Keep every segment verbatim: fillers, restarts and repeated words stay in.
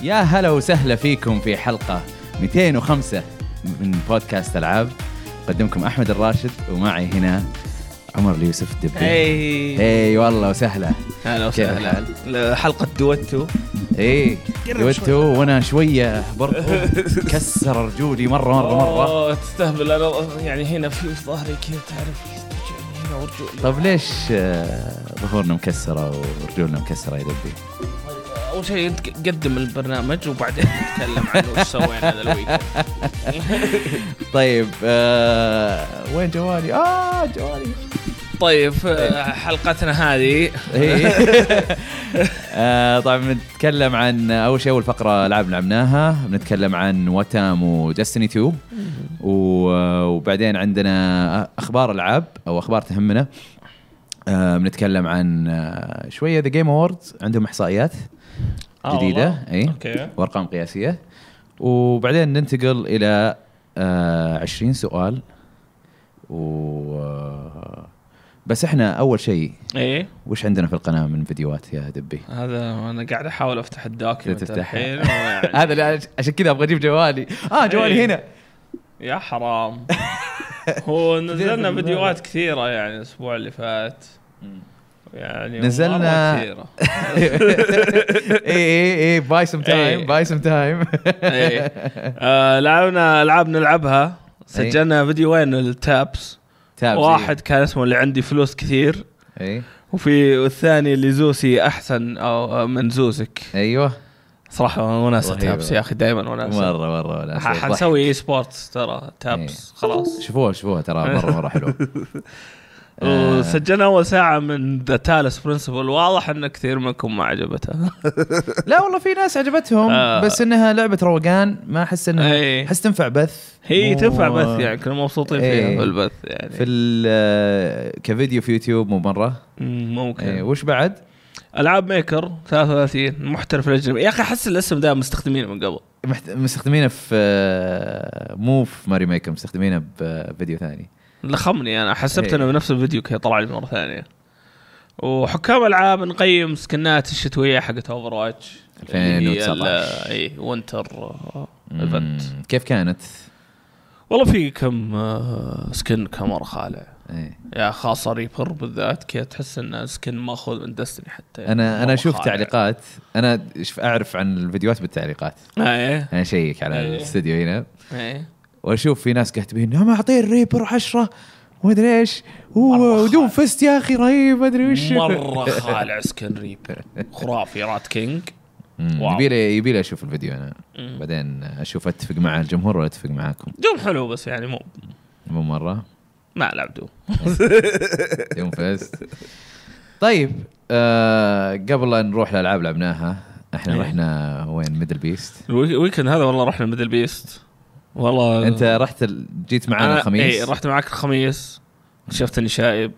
يا هلا وسهلا فيكم في حلقة مئتين وخمسة من بودكاست ألعاب. قدمكم أحمد الراشد ومعي هنا عمر اليوسف الدبي. هاي هاي والله وسهلا. هلا وسهلا. حلقة دوتو. ايه دوتو وانا شوية برضو كسر رجولي مرة مرة مرة. تستهبل. انا يعني هنا في ظهري كذا تعرف هنا ورجولي. طب ليش ظهورنا مكسرة ورجولنا مكسرة يا دبي؟ أول شيء أنت قدم البرنامج وبعدين نتكلم عنه وش سوينا هذا الويكند. طيب آه وين جوالي؟ آه جوالي. طيب حلقتنا هذه آه طبعا بنتكلم عن أول شيء أول فقرة ألعاب لعبناها، بنتكلم عن وتام ودستني اثنين، وبعدين عندنا أخبار ألعاب أو أخبار تهمنا. آه بنتكلم عن آه شوية The Game Awards، عندهم إحصائيات جديدة أي وأرقام قياسية، وبعدين ننتقل إلى آه عشرين سؤال و بس إحنا أول شيء إيه وش عندنا في القناة من فيديوهات يا دبي؟ هذا أنا قاعد أحاول أفتح الدوكيمنت الحين. هذا عشان كذا أبغى أجيب جوالي. آه جوالي إيه. هنا يا حرام. هو نزلنا فيديوهات كثيرة يعني الأسبوع اللي فات يعني نزلنا اي اي اي باي سم تايم باي سم تايم لعبنا العاب نلعبها. سجلنا فيديوين التابس. واحد كان اسمه اللي عندي فلوس كثير اي وفي والثاني اللي زوسي احسن او من زوزك. ايوه صراحه وناسه تابس يا اخي دائما وناسه مره مره وناسه. حنسوي اي سبورتس ترى تابس خلاص شوفوها شوفوها ترى مره مره حلو. وسجلنا أول ساعة من The Talos Principle. واضح أن كثير منكم ما عجبتها. لا والله في ناس عجبتهم آه. بس إنها لعبة روقان، ما أحس إنها ايه. حس تنفع بث. هي و... تنفع بث يعني كنا مبسوطين ايه. فيها في البث يعني في كفيديو في يوتيوب مو مرة ممكن ايه. وش بعد؟ ألعاب ميكر ثلاثة وثلاثين محترف الأجنبي. يا أخي أحس الاسم ده مستخدمينه من قبل. محت... مستخدمينه في مو في ماري ميكر، مستخدمينه بفيديو ثاني. لخمني أنا حسبت أنا بنفس الفيديو كي طلع لي مرة ثانية. وحكام ألعاب نقيم سكنات الشتوية حقت أوفر واتش ألفين وتسعة عشر اي وينتر ايفنت. كيف كانت؟ والله في كم سكن كاميرا خالع ايه. يا خاصة ريبر بالذات كي تحس إنه سكن ماخذ من دستني حتى. أنا أنا أشوف تعليقات، أنا أعرف عن الفيديوهات بالتعليقات. ايه أنا شيك على ايه. الاستوديو هنا ايه. واشوف في ناس كاتبين هم اعطيه الريبر عشرة ومدري ايش ودون فست يا اخي رهيب مدري وش مره خالع سكن ريبر خرافي. رات كينج يبي لي يبي لي اشوف الفيديو انا مم. بعدين اشوف اتفق مع الجمهور ولا اتفق معاكم. دوم حلو بس يعني مو مو مره ما لعب دوم دوم فست. طيب آه قبل لا نروح للالعاب لعبناها احنا ايه. رحنا وين؟ ميدل بيست الويكند هذا والله رحنا ميدل بيست. والله انت رحت جيت معنا الخميس. اي رحت معك الخميس شفتني شايب.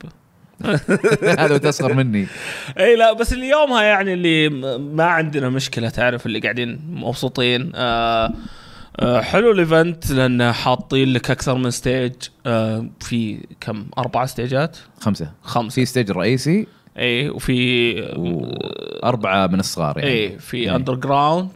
هذا تسخر مني. اي لا بس اليومها يعني اللي ما عندنا مشكلة تعرف اللي قاعدين مبسوطين. آه آه حلو الايفنت لأن حاطين لك أكثر من ستيج. آه في كم أربعة ستيجات خمسة خمسة في ستيج رئيسي اي وفي أربعة من الصغار يعني اي في أندرجراوند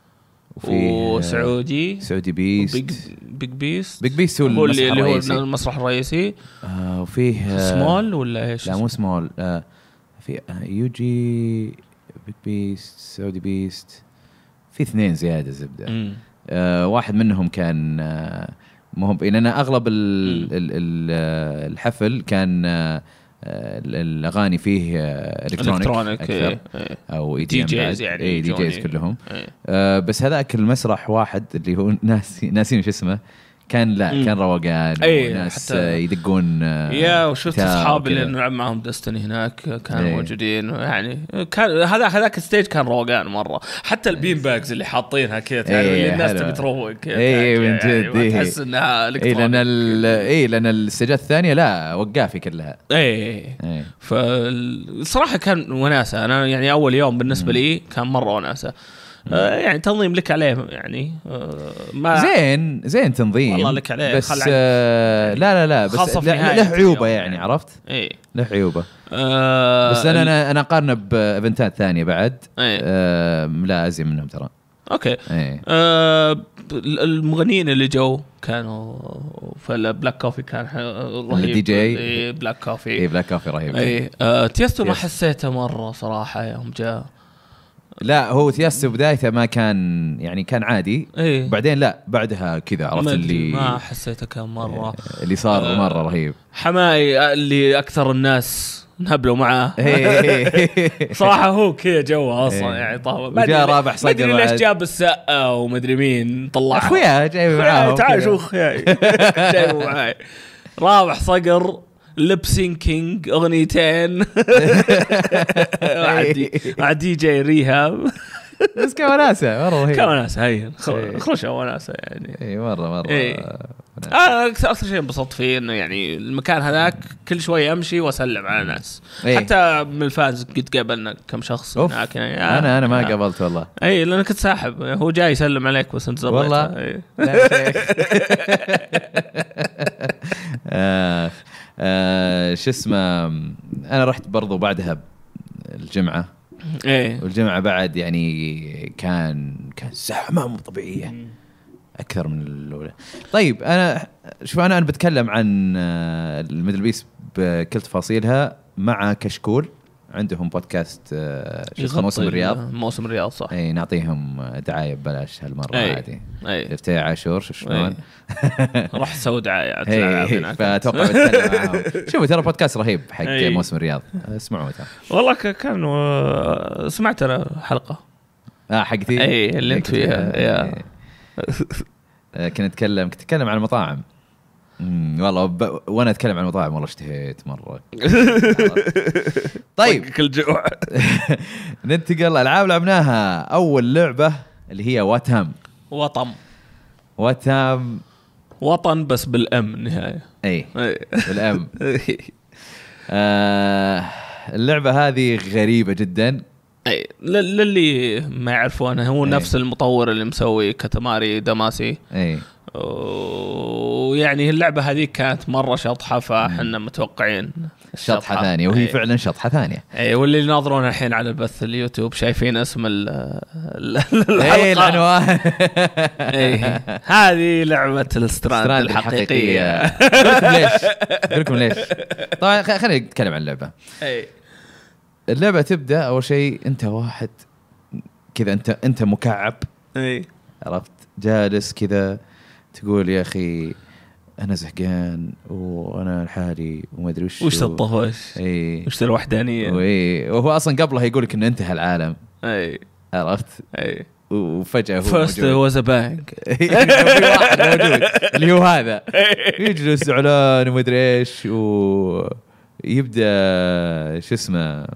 وسعودي سعودي بيست بيج بيج بيست بيج بيست هو اللي الرئيسي. هو المسرح الرئيسي. آه وفيه سمول ولا ايش؟ لا مو سمول. آه في آه يوجي بيج بيست سعودي بيست في اثنين زيادة زبدة. آه واحد منهم كان آه مهم لأن أغلب ال ال ال الحفل كان آه الأغاني فيه إلكترونيك أكثر إيه. أو دي جيز يعني إيه دي جيز كلهم. إيه. آه بس هذاك المسرح واحد اللي هو ناس ناسين وش اسمه كان لا مم. كان روقان أيه وناس يدقون يا وشفت أصحابي اللي نلعب معهم دستني هناك كانوا أيه. موجودين يعني كان هذا هذاك الستيج كان روقان مرة. حتى البين باجز اللي حاطينها كذا تعرف أيه اللي الناس تبي تروق كذا اي من جد يعني تحس انها اي لان اي لان الستيجات الثانيه لا وقافي كلها اي فالصراحه كان وناسه. انا يعني اول يوم بالنسبه مم. لي كان مره وناسه. آه يعني تنظيم لك عليه يعني آه ما زين زين تنظيم والله لك عليه بس آه لا لا لا بس له عيوبه يعني, يعني عرفت ايه له عيوبه آه بس انا انا انا قارنه بايفنتات ثانيه بعد ايه. آه لا ازين منهم ترى اوكي ايه. آه المغنيين اللي جو كانوا في البلاك كوفي كان رهيب. الدي جي إيه بلاك كوفي. ايه بلاك كوفي رهيب. ايه آه تيستو ما حسيته مره صراحه يوم جاء. لا هو تيستو بدايته ما كان يعني كان عادي. إيه. بعدين لا بعدها كذا عرفت اللي ما حسيته كان مره اللي صار آه مره رهيب. حماي اللي اكثر الناس نهبلوا معاه صراحه هو كذا جوه اصلا يعني طاوله ما جاء رابح صقر. ما ادري ليش جاب السقه ومدري مين طلع اخويا جاي معاه. تعال شوف اخوياي جاي معاي رابح صقر لب سينكينج اغنيتين مع دي جي ريهاب بس كوناسه مره رهيب. كوناسه هين خرشه وناسه يعني. اي مره مره إيه. انا اكثر اكثر شيء انبسطت فيه انه يعني المكان هذاك كل شوي امشي واسلم على ناس. إيه. حتى من الفانز قد قابلنا كم شخص هناك يعني. آه انا انا ما قابلت والله. اي لأن كنت ساحب هو جاي يسلم عليك بس انت زريته والله. إيه. لا شيخ. آه آه شو اسمه انا رحت برضو بعدها الجمعه. ايه والجمعه بعد يعني كان كان زحمه مو طبيعيه اكثر من الاولى. طيب انا شوف انا انا بتكلم عن الميدل بيس بكل تفاصيلها مع كشكول عندهم بودكاست شو موسم الرياض. موسم الرياض صح. اي نعطيهم دعايه ببلاش هالمره عادي. اي افتي عاشور شو شلون راح تسوي دعايه فاتوقع بتكلم معاهم. شوفوا ترى بودكاست رهيب حق موسم الرياض اسمعوه ترى. والله كان سمعت انا حلقه اه حقتي اي اللي انت فيها يا كنا نتكلم كنت اتكلم عن المطاعم. امم والله ب... وانا اتكلم عن المطاعم والله اشتهيت مره. طيب كل جوع. ننتقل العاب لعبناها. اول لعبه اللي هي واتام. وطم واتام وطن بس بالام النهايه. اي بالام. آه اللعبه هذه غريبه جدا. اي للي ما يعرفونه هو أي. نفس المطور اللي مسوي كاتاماري داماسي. اي ويعني اللعبة هذه كانت مرة شطحة فاحنا متوقعين شطحة ثانية وهي أي. فعلا شطحة ثانية. اي واللي يناظرون الحين على البث اليوتيوب شايفين اسم ال اي العنوان. اي هذه لعبة الستراند الحقيقية. لكم ليش لكم ليش طبعا خلينا نتكلم عن اللعبة. اي اللعبة تبدأ أول شيء أنت واحد كذا أنت أنت مكعب. اي عرفت جالس كذا تقول يا أخي أنا زهقان وأنا لحالي وما أدري وش وش الطفش. اي وش الوحدانية. وهو أصلا قبلها يقولك إنه انتهى العالم. اي عرفت. اي وفجأة هو فست هو زبانك في واحد موجود اللي هو هذا يجلس زعلان وما أدري إيش ويبدأ شو اسمه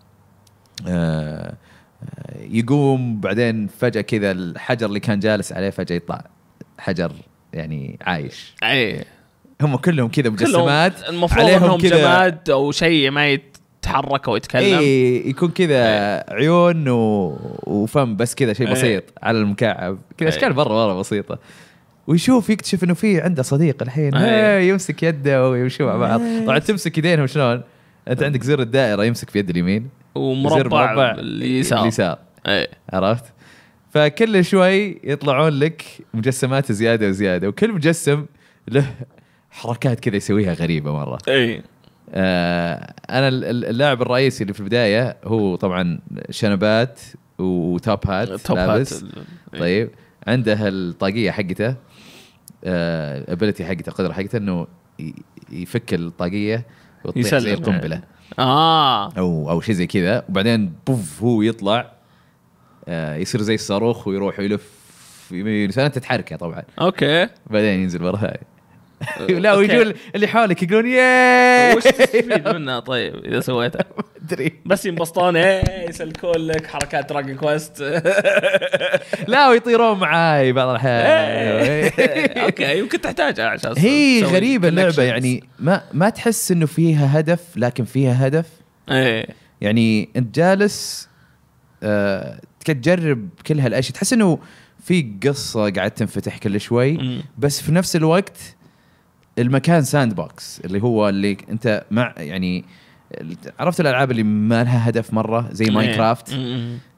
آه يقوم بعدين فجأة كذا الحجر اللي كان جالس عليه فجأة يطلع حجر يعني عايش. اي هم كلهم كذا مجسمات المفروض انهم جماد او شيء ما يتحرك او يتكلم. اي يكون كذا عيون و... وفم بس كذا شيء بسيط أي. على المكعب كذا اشكال برا برا بسيطة. ويشوف يكتشف انه في عنده صديق الحين اي يمسك يده ويمشوا مع بعض. طبعا تمسك يدينهم شلون انت عندك زر الدائرة يمسك في يد اليمين ومربع اليسار اليسار اي عرفت. فكل شوي يطلعون لك مجسمات زيادة وزيادة وكل مجسم له حركات كذا يسويها غريبة مرة. اي آه انا اللاعب الرئيسي اللي في البداية هو طبعا شنبات وتوب هات لابس. طيب عنده الطاقية حقته آه ابيلتي حقته قدرة حقته انه يفك الطاقية ويطيح زي القنبلة اه او او شيء زي كذا وبعدين بوف هو يطلع آه يصير زي الصاروخ ويروح ويلف يمين سنة تتحركه طبعا. اوكي بعدين ينزل مرة ثانية. لا ويجون اللي حولك يقولون ياه وش تستفيد منها طيب اذا سويتها ادري بس ينبسطون ايه يسلكون لك حركات دراجون كويست. لا ويطيرون معاي بعض الاحيان. اوكي يمكن تحتاجها عشان هي غريبة اللعبة يعني ما ما تحس انه فيها هدف لكن فيها هدف. ايه يعني انت جالس أه تجرب كل هالاشياء تحس انه في قصة قاعد تنفتح كل شوي م. بس في نفس الوقت المكان ساند بوكس اللي هو اللي انت مع يعني عرفت الالعاب اللي ما لها هدف مرة زي ماينكرافت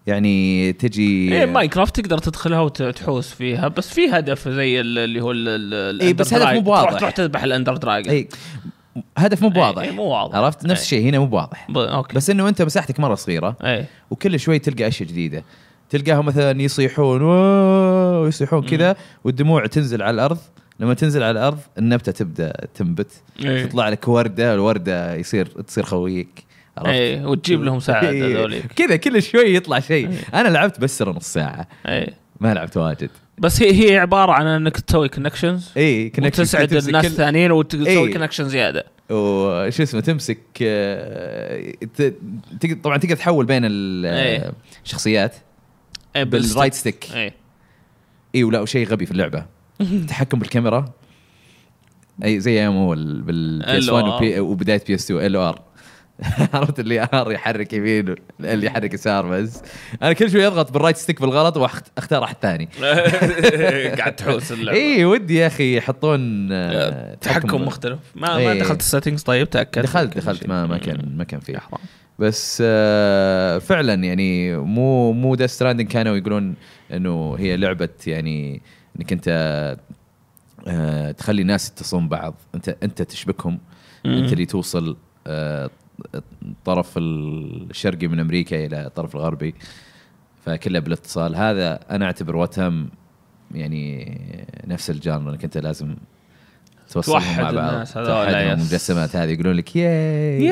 يعني تجي ايه ماينكرافت تقدر تدخلها وتحوس فيها بس في هدف زي اللي هو ال اي بس هدف مو بواضح تروح تذبح الاندر دراجون اي هدف مو بواضح ايه مو واضح عرفت نفس الشيء هنا مو بواضح ب... أوكي. بس انه انت مساحتك مره صغيره ايه. وكل شوي تلقى اشياء جديده تلقاهم مثلا يصيحون واو يصيحون كذا والدموع تنزل على الارض لما تنزل على الارض النبته تبدا تنبت ايه. تطلع لك ورده الورده يصير تصير خويك ايه وتجيب لهم ساعه هذوليك كذا كل شوي يطلع شيء ايه. انا لعبت بس نص ساعه ايه. ما لعبت واجد بس هي هي عباره عن انك تسوي كونكشنز اي كونكشنز وتسعد الناس الثانيين كل... وتسوي ايه. كونكشن زياده وش اسمه تمسك طبعا تقدر تحول بين الشخصيات ايه. بالرايت ستيك اي اي ولا شيء غبي في اللعبه تحكم بالكاميرا اي زي يوم هو بالبي اس واحد وبدايه بي اس اثنين ال ار عرفت اللي ار يحرك يمين اللي يحرك يسار بس انا كل شوي اضغط بالرايت ستيك بالغلط واختار احد ثاني قاعد تحوس اللعبه اي ودي يا اخي يحطون تحكم مختلف ما ما دخلت السيتنجز طيب تاكد دخلت دخلت ما ما كان ما كان فيه بس آه فعلا يعني مو مو ذا ستراندنج كانوا يقولون انه هي لعبه يعني انك انت آه تخلي الناس يتصلون بعض انت انت تشبكهم انت اللي توصل آه الطرف الشرقي من امريكا الى الطرف الغربي فكله بالاتصال هذا انا اعتبر وتم يعني نفس الجانر انك انت لازم توصلهم مع بعض توحدهم المجسمات هذه يقولون لك ياي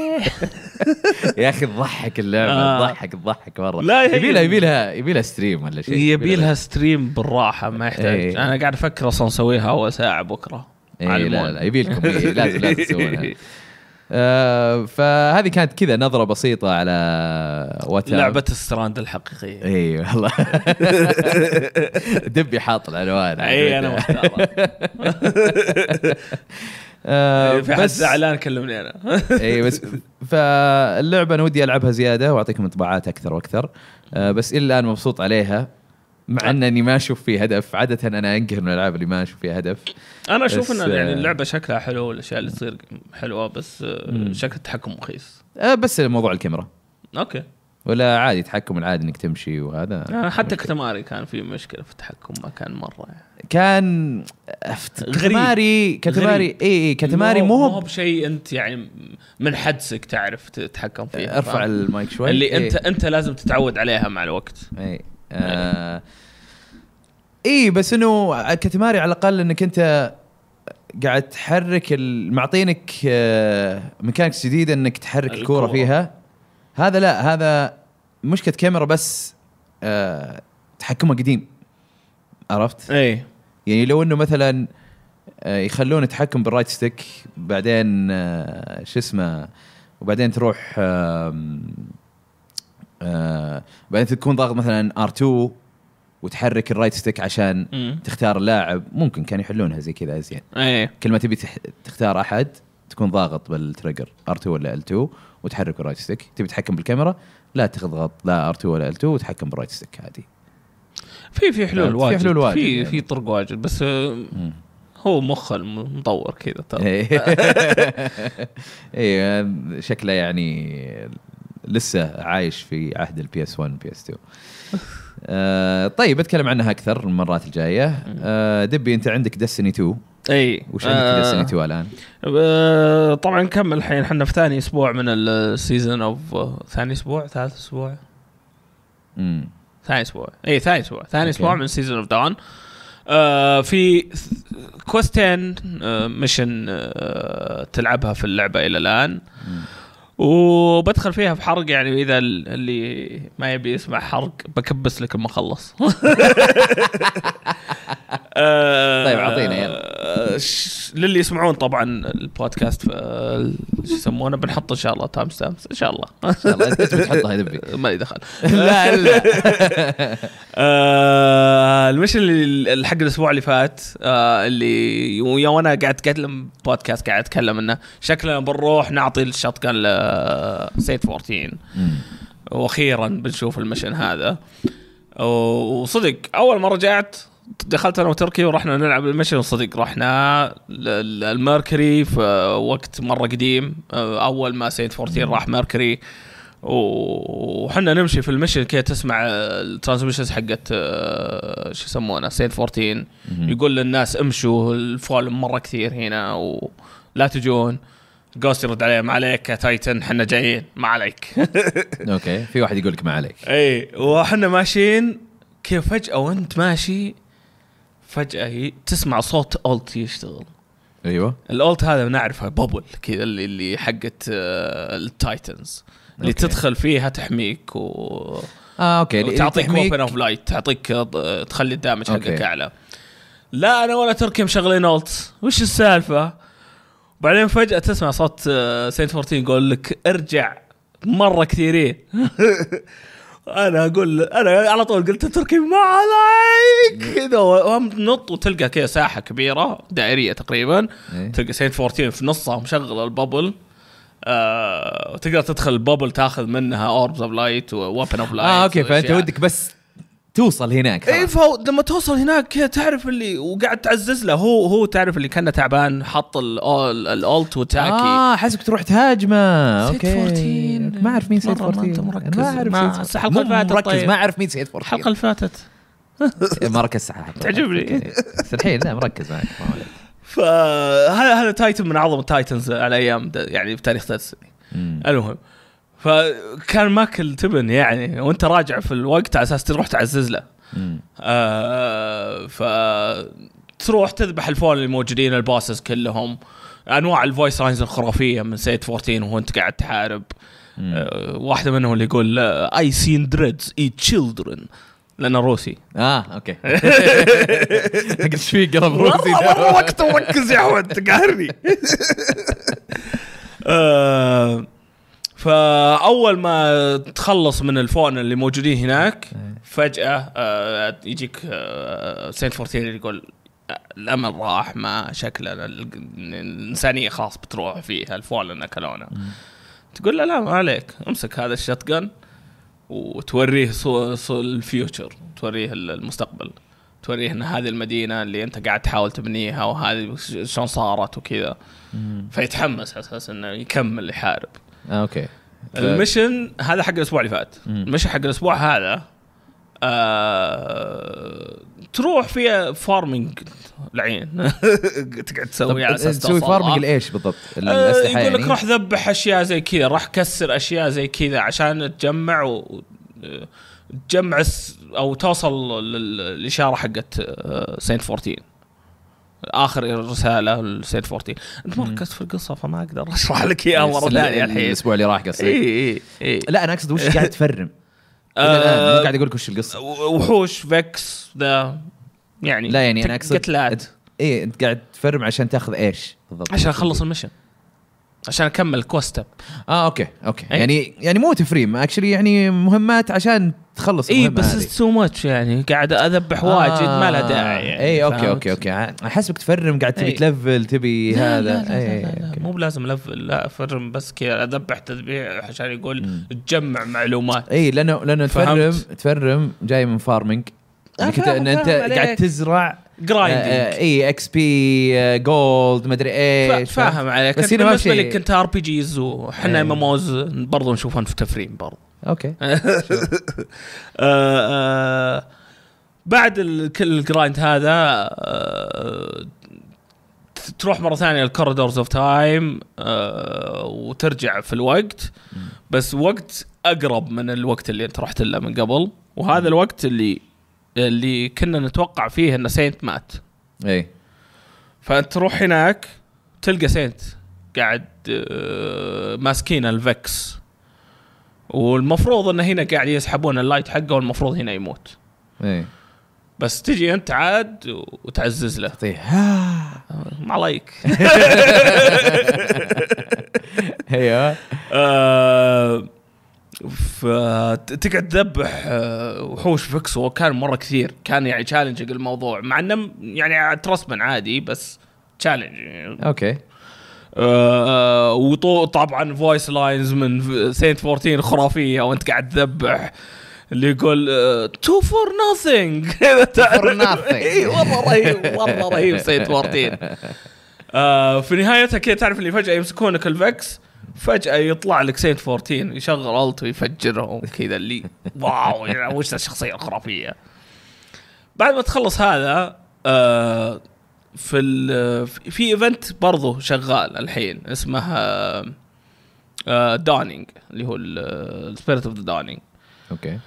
يا اخي تضحك اللعبه تضحك تضحك مره يبي لها يبي لها يبي لها ستريم ولا شيء يبي لها ستريم بالراحه ما يحتاج ايه. انا قاعد افكر اصلا اسويها اول ساعه بكره ايه لا لا يبي لكم لازم لازم تسوونها آه فهذه كانت كذا نظرة بسيطة على وتر لعبة الستراند الحقيقية اي والله دبي حاط العنوان اي انا مختار آه في حد زعلان كلمني انا اي بس فاللعبة انا ودي العبها زيادة واعطيكم انطباعات اكثر واكثر آه بس الى الان مبسوط عليها مع انني ما اشوف فيه هدف عاده انا انقهر من الالعاب اللي ما اشوف فيها هدف انا اشوف ان يعني اللعبه شكلها حلو والاشياء اللي تصير حلوه بس مم. شكل التحكم رخيص أه بس موضوع الكاميرا اوكي ولا عادي تحكم العادي انك تمشي وهذا يعني حتى كتماري كان في مشكله في التحكم ما كان مره يعني. كان كتماري كتماري اي اي كتماري مو هو بشيء انت يعني من حدسك تعرف تتحكم فيه ارفع المايك شوي اللي انت إيه؟ انت لازم تتعود عليها مع الوقت اي آه اي بس انه كتماري على الاقل انك انت قاعد تحرك معطينك ميكانكس جديده انك تحرك الكوره فيها هذا لا هذا مشكله كاميرا بس آه تحكمها قديم عرفت اي يعني لو انه مثلا آه يخلون التحكم بالرايت ستيك بعدين آه شو اسمه وبعدين تروح آه آه بعدين تكون ضاغط مثلا آر تو وتحرك الرايت ستيك عشان م. تختار اللاعب ممكن كان يحلونها زي كذا زين ايه كل ما تبي تح... تختار احد تكون ضاغط بالتريجر آر تو ولا إل تو وتحرك الرايت ستيك تبي تتحكم بالكاميرا لا تضغط لا آر تو ولا إل تو وتحكم بالرايت ستيك عادي في في حلول واجد في حلول واجد في يعني. في طرق واجد بس م. هو مخ المطور كذا ترى ايه شكله يعني لسه عايش في عهد البي اس واحد بي اس اثنين آه طيب اتكلم عنها اكثر المرات الجايه آه دبي انت عندك ديستني اثنين اي وش عندك آه ديستني اثنين الان آه طبعا نكمل الحين احنا في ثاني اسبوع من السيزون اوف ثاني اسبوع ثالث اسبوع امم ثاني اسبوع اي ثاني اسبوع ثاني اسبوع من سيزون اوف داون آه في كوستين آه ميشن آه تلعبها في اللعبه الى الان مم. وبدخل فيها في حرق يعني إذا اللي ما يبي يسمع حرق بكبس لك لما أخلص طيب عطينا يلا للي يسمعون طبعا البودكاست شو يسمونه بنحط إن شاء الله تايم ستامبس إن شاء الله إن شاء الله أنت بتحطها يدبي ما يدخل لا لا المشي اللي حق الأسبوع اللي فات اللي وأنا قاعد أتكلم بودكاست قاعد أتكلم إنه شكلنا بنروح نعطي الشotgun سيت أربعة عشر واخيرا بنشوف المشن هذا وصدق اول ما رجعت دخلت انا وتركي ورحنا نلعب المشن وصدق رحنا الميركوري في وقت مره قديم اول ما سيت أربعة عشر راح ميركوري وحنا نمشي في المشن كي تسمع الترانسميشنز حقت شو يسمونه سينت فورتين يقول للناس امشوا الفول مرة كثير هنا ولا تجون. جوست يرد عليه ما عليك يا تايتن حنا جايين ما عليك. اوكي في واحد يقول لك ما عليك. اي وحنا ماشيين كيف فجأة وانت ماشي فجأة تسمع صوت أولت يشتغل. ايوه الأولت هذا نعرفها بابل كذا اللي اللي حقت التايتنز اللي أوكي. تدخل فيها تحميك و اه اوكي تعطيك ويبن اوف لايت تعطيك تخلي الدامج حقك اعلى. لا انا ولا تركي مشغلين أولت وش السالفة. بعدين فجأة تسمع صوت سينت فورتين يقول لك ارجع مرة كثيرين. انا اقول انا على طول قلت تركي ما عليك كذا ونط وتلقى كذا ساحه كبيره دائريه تقريبا إيه؟ تلقى سينت فورتين في نصها مشغل البابل آه، وتقدر تدخل البابل تاخذ منها اوربز اوف لايت وويبن اوف لايت. اه اوكي فانت ودك بس توصل هناك. اي فهو لما توصل هناك تعرف اللي وقاعد تعزز له هو هو تعرف اللي كان تعبان حط الالت وتاكي. اه حسك تروح تهاجمه. اوكي فورتين. ما اعرف مين سيد مرة ما فورتين. أنت مركز. ما اعرف ما- سيد الحلقة اللي فاتت مركز طيب. ما اعرف مين سيد فورتين. الحلقه اللي فاتت ما ركز صح. تعجبني. بس الحين لا مركز معك. فهذا هذا تايتن من اعظم التايتنز على ايام يعني في تاريخ تسلي. المهم فكان ماكل تبن يعني وانت راجع في الوقت على اساس تروح تعزز له. آه فتروح تذبح الفول اللي موجودين الباسز كلهم انواع الفويس لاينز الخرافيه من سيد فورتين وانت قاعد تحارب. آه واحده منهم اللي يقول اي سين دريدز ايت تشيلدرن لانه روسي. اه اوكي. ايش في قلب روسي والله وقت ركز يا احمد تقهرني. آه فاول ما تخلص من الفون اللي موجودين هناك فجاه آه يجيك آه سينت فورتين اللي يقول الامل راح ما شكله الانسانيه خاص بتروح فيها الفون لنا كلونا. تقول له لا ما عليك امسك هذا الشotgun وتوريه صو صو الفيوتشر توريه المستقبل توريه ان هذه المدينه اللي انت قاعد تحاول تبنيها وهذه شلون صارت وكذا. فيتحمس اساس انه يكمل يحارب. آه اوكي. المشن هذا حق الاسبوع اللي فات. المشن حق الاسبوع هذا آه... تروح فيها فارمينج العين. تقعد تسوي على اساس تسوي فارمينج الايش بالضبط الاسلحه. يقول لك يعني؟ راح ذبح اشياء زي كذا راح كسر اشياء زي كذا عشان تجمع و تجمع او توصل للاشاره حقت سينت فورتين اخر رساله لسينت فورتين. انت ما ركزت في القصه فما اقدر اشرح لك اياها مره ثانيه الحين. الاسبوع اللي راح قصدي. اي اي اي لا انا اقصد وش قاعد تفرم. آه مو قاعد اقول لك وش القصه. وحوش فيكس ذا يعني لا يعني انا اقصد قتلات. ايه انت قاعد تفرم عشان تاخذ ايش بالضبط. عشان اخلص المشن عشان اكمل كوستب. اه اوكي اوكي أي. يعني يعني مو تفريم اكشلي يعني مهمات عشان تخلص اي المهمه. بس سو ماتش يعني قاعد اذبح آه واجد ما له داعي يعني. اي اوكي اوكي اوكي احسبك تفرم قاعد تبي تلفل تبي لا هذا. لا لا, أي لا, لا, لا مو بلازم لفل لا فرم بس كذا اذبح تذبيح عشان يقول تجمع معلومات. اي لانه لانه تفرم تفرم جاي من فارمينج يعني كنت ان انت قاعد تزرع جرايندينج. اي اكس بي جولد ما ادري ايش فاهم عليك. بس هنا بالنسبه لك كنت ار بي جيز وحنا مموز برضو نشوفهم في تفريم برضو. اوكي. آه بعد كل الجرايند هذا آه تروح مره ثانيه الكوريدورز اوف تايم وترجع في الوقت بس وقت اقرب من الوقت اللي انت رحت له من قبل. وهذا الوقت اللي اللي كنا نتوقع فيه ان سينت مات. اي فانت تروح هناك تلقى سينت قاعد ماسكين الفكس والمفروض انه هنا قاعد يسحبون اللايت حقه والمفروض هنا يموت. اي بس تجي انت عاد وتعزز له طيح ما عليك. ايوه فتقعد تذبح وحوش فيكس وكان مرة كثير كان يعني تشالنجينج الموضوع مع انه يعني ترسبن عادي بس تشالنجينج. اوكي. آه وطبعا فويس لاينز من سينت فورتين خرافية وانت قاعد تذبح اللي يقول تو فور ناثينج. فور ناثينج. اي والله رهيب والله رهيب سينت فورتين. آه في نهايتها كده تعرف اللي فجأة يمسكونك الفكس فجأة يطلع لك سينت فورتين يشغل الت ويفجرهم كذا اللي واو يعني وش الشخصية الخرافية. بعد ما تخلص هذا آه في ال في ايفنت برضو شغال الحين اسمه آه دانينج اللي هو السبيريت اوف ذا دانينج. اوكي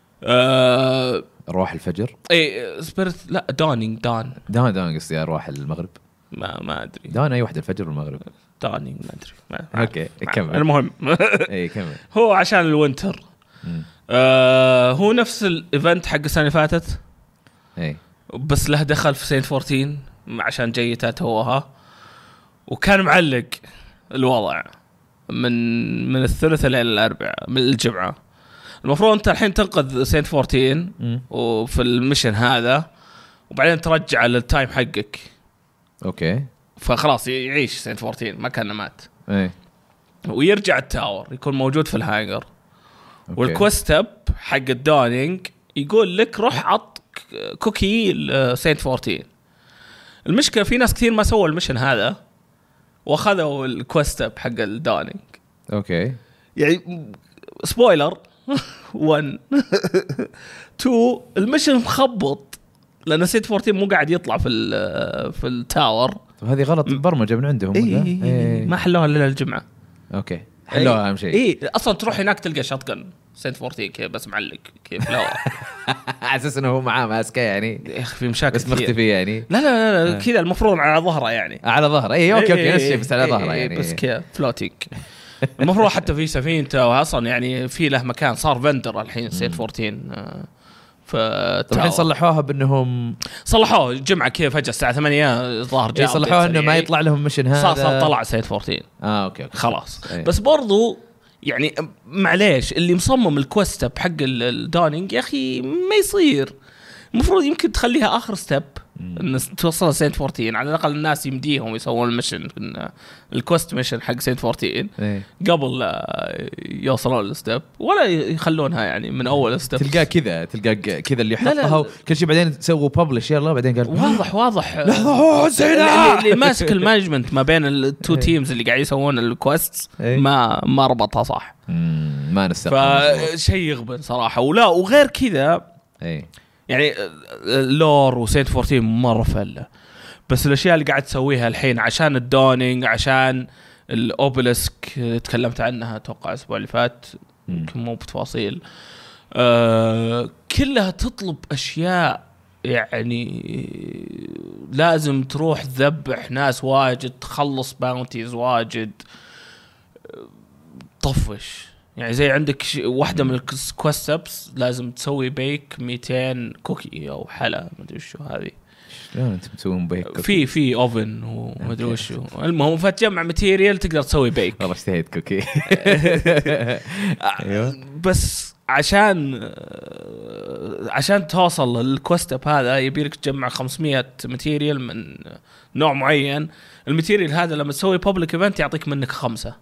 آه ارواح الفجر اي سبيريت لا دانينج دان دان دان قصدي ارواح المغرب ما ما ادري دان اي واحده الفجر والمغرب دانينج ما ادري ما اوكي كمل. المهم اي كمل. هو عشان الوينتر آه هو نفس الايفنت حق السنه اللي فاتت اي بس له دخل في سينت فورتين عشان جيتها توها وكان معلق الوضع من من الثلاثاء الى الاربعاء من الجمعه. المفروض انت الحين تنقذ سينت فورتين وفي الميشن هذا وبعدين ترجع للتايم حقك. اوكي فخلاص يعيش سينت فورتين ما كان مات. اي ويرجع التاور يكون موجود في الهانجر. والكويست اب حق الدانينج يقول لك روح عط كوكي لسينت فورتين. المشكله في ناس كثير ما سووا الميشن هذا واخذوا الكويست اب حق الدانينج. اوكي يعني سبويلر واحد اثنين الميشن مخبط لان سينت فورتين مو قاعد يطلع في في التاور. هذه غلط برمجه من عندهم. إيه إيه إيه. ما حلوها الا الجمعه. اوكي حلوها اهم شيء. اي اصلا تروح هناك تلقى شاتجن سينت فورتين كيف بس معلق كيف لا على اساس انه هو معاه ماسكه يعني يا اخي في مشاكل بس مختفي يعني. لا لا لا كذا المفروض على ظهره يعني على ظهره. اي اوكي اوكي نفس الشيء بس على ظهره يعني بس كذا فلوتينج. المفروض حتى في سفينته اصلا يعني في له مكان صار فندر الحين سينت فورتين. طبعا صلحوها بانهم صلحوه الجمعه كيف فجاه الساعه ثمانية ظهر جاء صلحوها انه ما يطلع لهم ميشن هذا صار صار طلع سينت فورتين. اه اوكي, أوكي. خلاص أيه. بس برضو يعني معليش اللي مصمم الكويست حق الدانينج يا اخي ما يصير. المفروض يمكن تخليها اخر ستيب ان توصل سينت فورتين على الاقل الناس يمديهم يسوون الميشن الكويست ميشن حق سينت فورتين ايه. قبل يوصلون للستيب ولا يخلونها يعني من اول ستيب. تلقاه كذا تلقاه كذا اللي حطها كل شيء بعدين سووا ببلش يلا بعدين قال واضح واضح لحظه اللي, اللي ماسك المانجمنت ما بين التو تيمز اللي قاعد يسوون الكويست ما ما ربطها صح. ما نستقبل فشيء يغبن صراحه. ولا وغير كذا اي يعني لور وسينت فورتين مرة فلة. بس الأشياء اللي قاعد تسويها الحين عشان الدونينج عشان الأوبلسك تكلمت عنها أتوقع الأسبوع اللي فات يمكن مو بتفاصيل أه كلها تطلب أشياء يعني لازم تروح تذبح ناس واجد تخلص باونتيز واجد طفش. يعني زي عندك واحدة من الكويست ابس لازم تسوي بيك مئتين كوكي او حلا ما ادري شو هذه. شلون انتم تسوون بيك؟ في في اوفن وما ادري وش. المهم فتجمع ماتيريال تقدر تسوي بيك. والله اشتهيت كوكي. بس عشان عشان توصل للكويست اب هذا يبي لك تجمع خمسمية ماتيريال من نوع معين. الماتيريال هذا لما تسوي بابليك ايفنت يعطيك منك خمسة.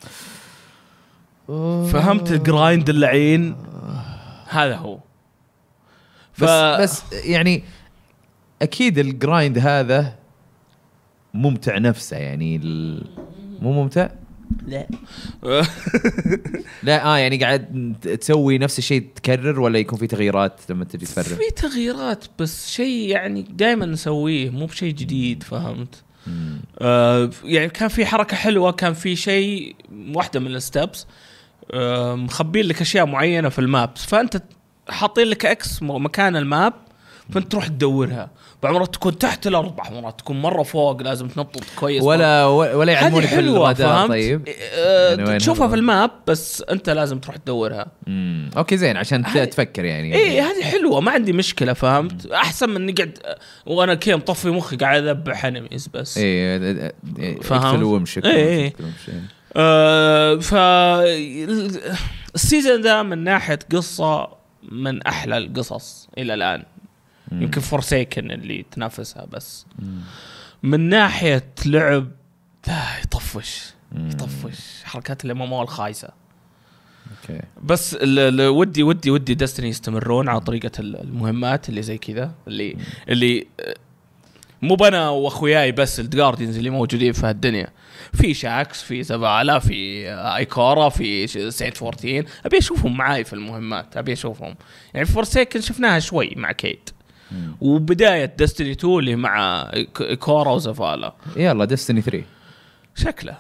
فهمت الجرايند اللعين هذا هو. ف... بس بس يعني اكيد الجرايند هذا ممتع نفسه يعني ال... مو ممتع لا لا اه يعني قاعد تسوي نفس الشيء تكرر ولا يكون في تغييرات لما تجي تفرغ؟ في تغييرات بس شيء يعني دائما نسويه مو بشيء جديد فهمت. آه يعني كان في حركة حلوة كان في شيء واحدة من الستبس مخبين لك اشياء معينه في المابس فانت حاطين لك اكس مكان الماب فانت تروح تدورها. بعمرات تكون تحت الارض بعمرات تكون مره فوق لازم تنطط كويس ولا ولا يعلمونك بالرادار. طيب أه يعني تشوفها في الماب بس انت لازم تروح تدورها. امم اوكي زين عشان هذه تفكر يعني. ايه هذه حلوه ما عندي مشكله فهمت. مم. احسن من نقعد وانا كي مطفي مخي قاعد اذبح انميز بس. ايه فهمت ومشك ايه آه ف السيزون ده من ناحيه قصه من احلى القصص الى الان. مم. يمكن فورسيكن اللي تنافسها بس. مم. من ناحيه لعب يطفش يطفش حركات الامامو الخايسه. اوكي بس ودي ودي ودي دستني يستمرون على طريقه المهمات اللي زي كذا اللي مم. اللي مو بنا واخوياي بس الجاردينز اللي موجودين في هالدنيا، في شاكس، في زبالة، في ايكورا، في سينت فورتين. ابي اشوفهم معاي في المهمات، ابي اشوفهم. يعني فورسيكن شفناها شوي مع كيت، وبداية ديستني تو اللي مع ايكورا وزفالة. يلا ديستني ثري شكله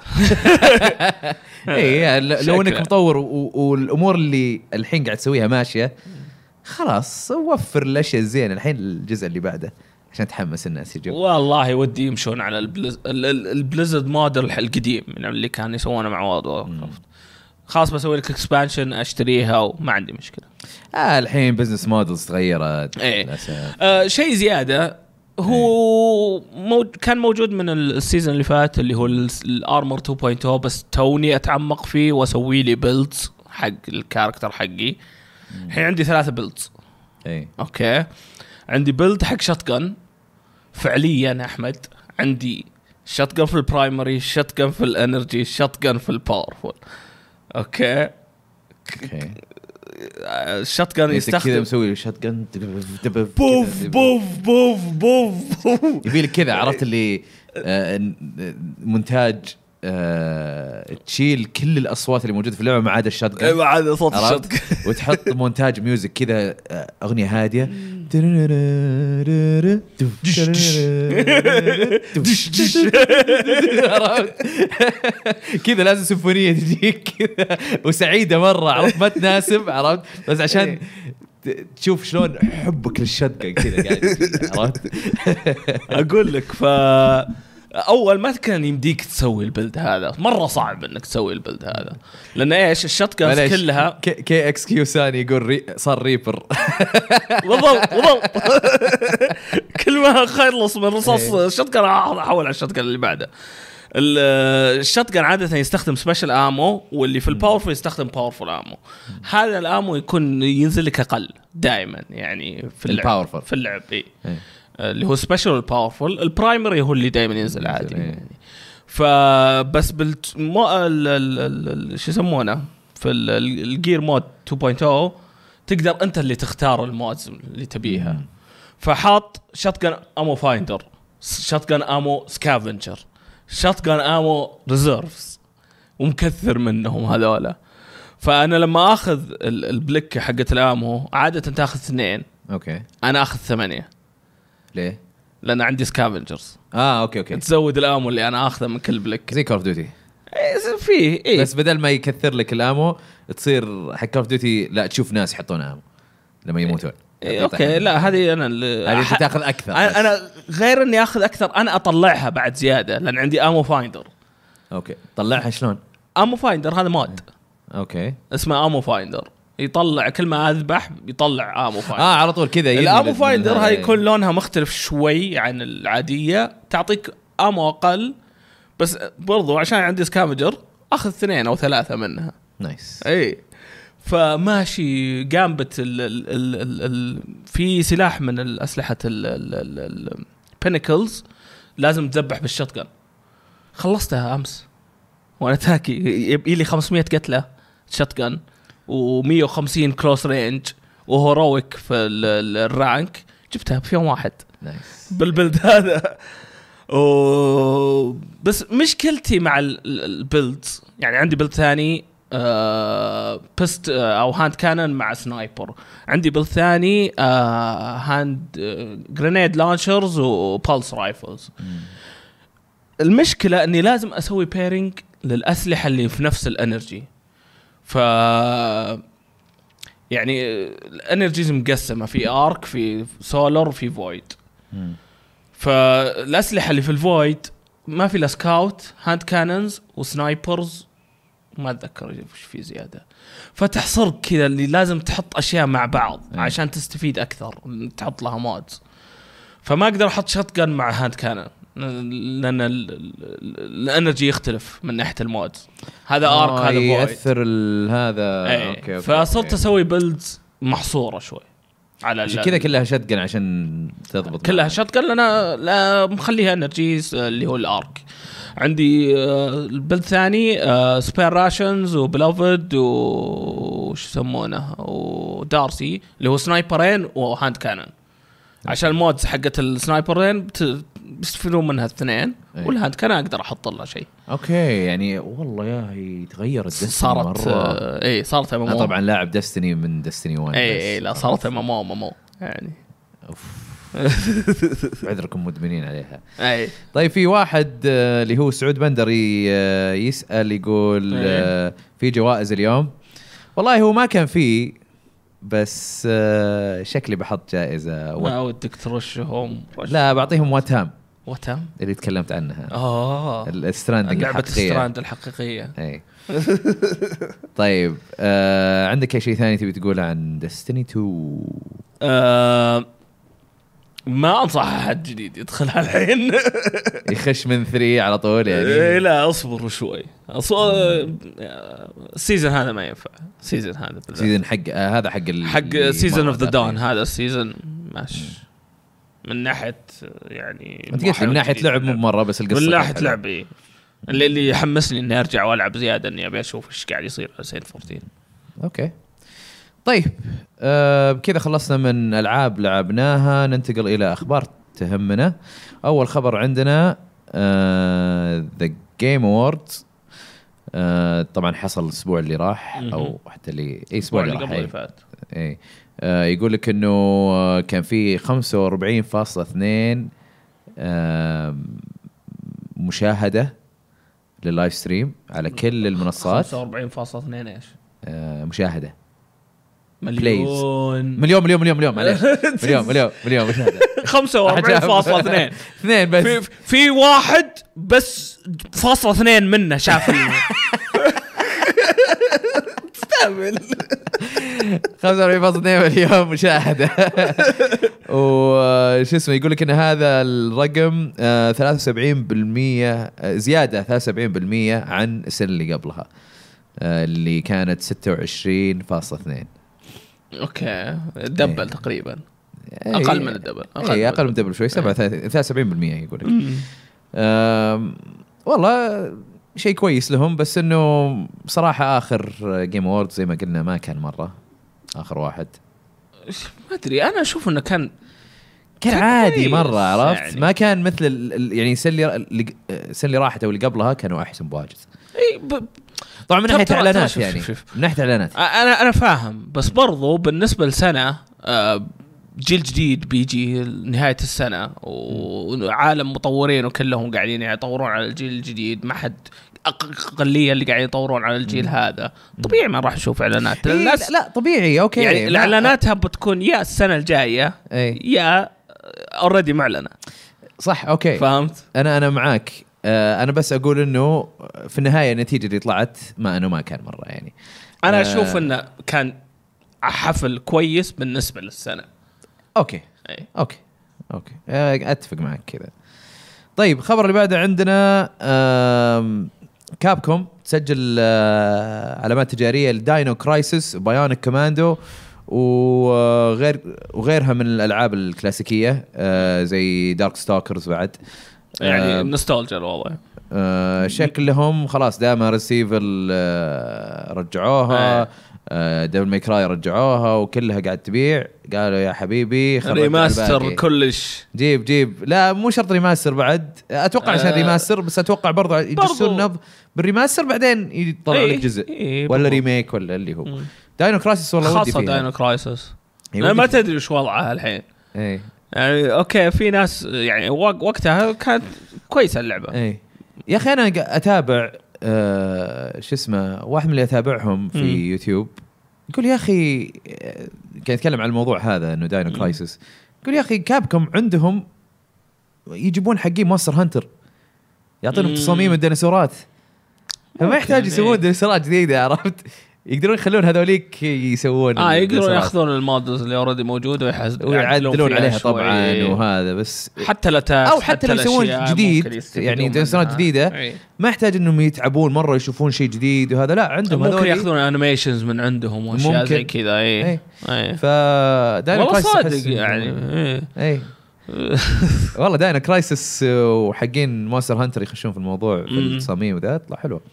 اي لو انك مطور والامور اللي الحين قاعد تسويها ماشيه، خلاص وفر الاشياء الزينه الحين الجزء اللي بعده عشان تحمس الناس يجوا. والله ودي يمشون على البلز... البليزرد موديل القديم من اللي كان يسوونه مع وورد. خلاص بسوي لك اكسبانشن اشتريها وما عندي مشكله. اه الحين بزنس مودلز تغيرت. ايه. آه شيء زياده هو ايه. مو... كان موجود من السيزون اللي فات اللي هو الارمور تو بوينت او، بس توني اتعمق فيه واسوي لي بيلدز حق الكاركتر حقي. الحين عندي ثلاثة بيلدز. ايه اوكي، عندي بيلد حق شotgun فعليا احمد، عندي شotgun في البرايمري، شotgun في الانرجي، شotgun في الباورفول. اوكي اوكي الشotgun يستخدم كذا مسوي شotgun بوف بوف بوف بوف يبي لك كذا، عرفت اللي مونتاج أه، تشيل كل الأصوات اللي موجودة في اللعبة ما عدا الشotgun، ما عدا صوت الشotgun، وتحط مونتاج ميوزك كذا أغنية هادية كذا، لازم سيمفونية تجيك كذا وسعيدة مرة، عرفت ما تناسب، عرفت بس عشان تشوف شلون حبك للشotgun كذا قاعد، عرفت. أقول لك ف اول ما كان يمديك تسوي البلد هذا، مره صعب انك تسوي البلد هذا، لان ايش الشotguns كلها كي اكس كيو ثاني يقول ري صار ريبر بالضبط بالضبط كل ما خلص من رصاص الشotgun احول على الشotgun اللي بعده. الشotgun عاده يستخدم سبيشال امو، واللي في الباورفول يستخدم باورفول امو. هذا الامو يكون ينزل لك اقل دائما يعني في اللعب في اللعب إيه. اللي هو سبيشال والباورفول. البرايمري هو اللي دائما ينزل عادي يعني. فبس بال مو ال شو يسمونه في الجير مود تو بوينت او تقدر انت اللي تختار المودز اللي تبيها. فحاط شotgun امو فايندر، شotgun امو سكافنجر، شotgun امو ريزيرفز، ومكثر منهم هذولا. فانا لما اخذ البلكه حقت الامو عاده تاخذ اثنين، اوكي انا اخذ ثمانية. ليه؟ لأن عندي سكافنجرز. اه اوكي اوكي تزود الامو اللي انا اخذه من كل بلك زي كول اوف ديوتي. ايه فيه إيه؟ بس بدل ما يكثر لك الامو تصير حق كول اوف ديوتي لا تشوف ناس يحطون امو لما يموتون. إيه اوكي لا هذه انا هذه ح... تاخذ اكثر. انا, أنا غير اني اخذ اكثر، انا اطلعها بعد زياده لان عندي امو فايندر. اوكي طلعها شلون؟ امو فايندر هذا مود اوكي اسمه امو فايندر، يطلع كل ما اذبح يطلع امو فايندر. اه على طول كذا. الامو فايندر هاي يكون لونها مختلف شوي عن العاديه، تعطيك امو اقل، بس برضو عشان عندي سكافنجر اخذ اثنين او ثلاثه منها. نايس. اي فماشي جامبت ال ال ال ال ال في سلاح من الاسلحه البينيكلز لازم تذبح بالشotgun، خلصتها امس وانا تاكي يبقى لي خمسمية قتله شotgun ومية وخمسين كلوس رينج وهيرويك في الرانك، جبتها في يوم واحد. نايس. بالبلد هذا. بس مشكلتي مع البيلدز يعني عندي بيلد ثاني آه بست آه او هاند كانون مع سنايبر، عندي بيلد ثاني آه هاند آه جرينيد لانشرز وبالس رايفلز. المشكلة اني لازم اسوي بيرنج للاسلحة اللي في نفس الانرجي. ف يعني الانرجيز مقسمه في ارك في سولر في فويد. فالاسلحه اللي في الفويد ما في لا سكاوت، هاند كانونز وسنايبرز، ما اتذكر ايش في زياده. فتحصرك كذا اللي لازم تحط اشياء مع بعض عشان تستفيد اكثر، تحط لها مودز. فما اقدر احط شotgun مع هاند كانون لان الانرجي يختلف من ناحيه المود. هذا ارك آه هذا ياثر هذا. ايه. اوكي, أوكي فصرت أوكي. اسوي بيلدز محصوره شوي على كذا كلها شotgun عشان تضبط كلها شotgun لنا لا مخليها انرجيز اللي هو الارك. عندي البيلد ثاني سبير راشنز وبلوفد وش يسمونه ودارسي اللي هو سنايبرين وهاند كانون، عشان المودز حقت السنايبرين بيستفيدون منها الاثنين. والهاند كان اقدر احط لها شيء. اوكي يعني والله يا هي تغيرت دستني صارت آه اي صارت ام ام او. طبعا لاعب دستني من دستني واحد. اي لا صارت ام ام او ام ام او يعني. عذركم مدمنين عليها. اي طيب في واحد آه اللي هو سعود بندري آه يسأل يقول آه في جوائز اليوم. والله هو ما كان فيه بس آه شكلي بحط جائزة. ما ودك ترشهم؟ لا بعطيهم واتام. واتام اللي تكلمت عنها. اه الستراندنج لعبة الحقيقية. الستراند الحقيقية. اي. طيب آه عندك اي شيء ثاني تبي تقوله عن ديستني تو؟ آه ما انصح احد جديد يدخلها الحين. يخش من ثري على طول يعني. إيه لا اصبر شوي. السيزون هذا ما ينفع. السيزون هذا سيزون حق آه هذا حق حق سيزون اوف ذا دون. هذا السيزون ماشي من ناحيه يعني انت قلت من ناحيه لعب مو مره بس القصه من ناحيه لعب إيه. اللي اللي يحمسني اني ارجع والعب زياده اني ابي اشوف ايش قاعد يصير على سيد فورتين. اوكي طيب آه بكذا خلصنا من العاب لعبناها. ننتقل الى اخبار تهمنا. اول خبر عندنا ذا جيم اووردز. طبعا حصل الاسبوع اللي راح او حتى اللي اي اسبوع اللي راح فات. اي آه يقول لك انه كان في خمسة وأربعين فاصلة اثنين آه مشاهده لللايف ستريم على كل المنصات. خمسة وأربعين فاصلة اثنين ايش آه مشاهده؟ مليون مليون مليون مليون مليون معليش مليون مليون مليون مشاهده. خمسة وأربعين فاصلة اثنين اثنين بس. في في واحد بس فاصلة اثنين منه شاف تستعمل خمسة وأربعين فاصلة اثنين مليون مشاهده. وش اسمه يقول لك ان هذا الرقم ثلاثة وسبعين بالمية زياده ثلاثة وسبعين بالمية عن السنه اللي قبلها اللي كانت ستة وعشرين فاصلة اثنين. اوكي دبل ايه. تقريبا ايه. اقل من الدبل. اقل, ايه. أقل من الدبل شوي. سبعة ثلاثة وسبعين بالمية يقول لك. والله شيء كويس لهم بس انه بصراحه اخر جيم اووردز زي ما قلنا ما كان مره اخر واحد. ما ادري انا اشوف انه كان كان عادي مره عرفت يعني. ما كان مثل يعني السنه اللي السنه اللي راحت او اللي قبلها كانوا احسن بواجد. اي ب... طبعا من ناحيه اعلانات يعني شوف شوف. من ناحيه اعلانات انا انا فاهم بس برضو بالنسبه لسنه جيل جديد بيجي نهايه السنه وعالم مطورين وكلهم قاعدين يطورون على الجيل الجديد. ما حد اقليه اللي قاعدين يطورون على الجيل م. هذا طبيعي ما راح نشوف اعلانات. إيه الناس لا طبيعي اوكي يعني الاعلاناتها بتكون يا السنه الجايه ايه. يا اوريدي معلنه صح. اوكي فهمت. انا انا معاك. آه انا بس اقول انه في النهايه النتيجه اللي طلعت ما انه ما كان مره يعني. انا آه اشوف انه كان حفل كويس بالنسبه للسنه. اوكي أي. اوكي اوكي آه اتفق معك كذا. طيب خبر اللي بعده عندنا كابكوم تسجل علامات تجاريه لداينو كرايسيس بايونيك كوماندو وغير وغيرها من الالعاب الكلاسيكيه زي دارك ستوكرز بعد يعني نوستالجيا والله. آه شكلهم خلاص دائما ريسيفل آه رجعوها. آه ديفل ماي كراي رجعوها وكلها قاعد تبيع. قالوا يا حبيبي ريماستر كلش جيب جيب. لا مو شرط ريماستر بعد اتوقع عشان آه ريماستر بس اتوقع برضه يجسون بالريماستر بعدين يطلعوا لك جزء ايه ولا ريميك ولا اللي هو مم. داينو كرايسيس والله ودي فيها. خاصة داينو كرايسيس لا ما تدري وش وضعها الحين. ايه يعني اوكي في ناس يعني وقتها كانت كويسه اللعبه. ايه يا اخي انا اتابع آه شو اسمه واحد من اللي اتابعهم في م. يوتيوب يقول يا اخي كان يتكلم عن الموضوع هذا انه داينو كرايسيس يقول يا اخي كابكم عندهم يجيبون حقين مونستر هانتر يعطونهم تصاميم الديناصورات فما يحتاج يسوون ديناصورات جديده عرفت. يقدرون يخلون هذوليك يسوون اه يقدرون ياخذون المودلز اللي اوريدي موجوده ويعدلون عليها طبعا وهذا بس حتى لا او حتى لو يسوون جديد يعني ديناصورات جديده ايه. ما يحتاج انهم يتعبون مره يشوفون شيء جديد وهذا لا عندهم ممكن ياخذون انيميشنز من عندهم واشياء زي كذا اي اي, اي. فداينو كرايسيس يعني اي, اي. والله داينو كرايسيس وحقين مونستر هانتر يخشون في الموضوع في التصاميم وذا يطلع حلو.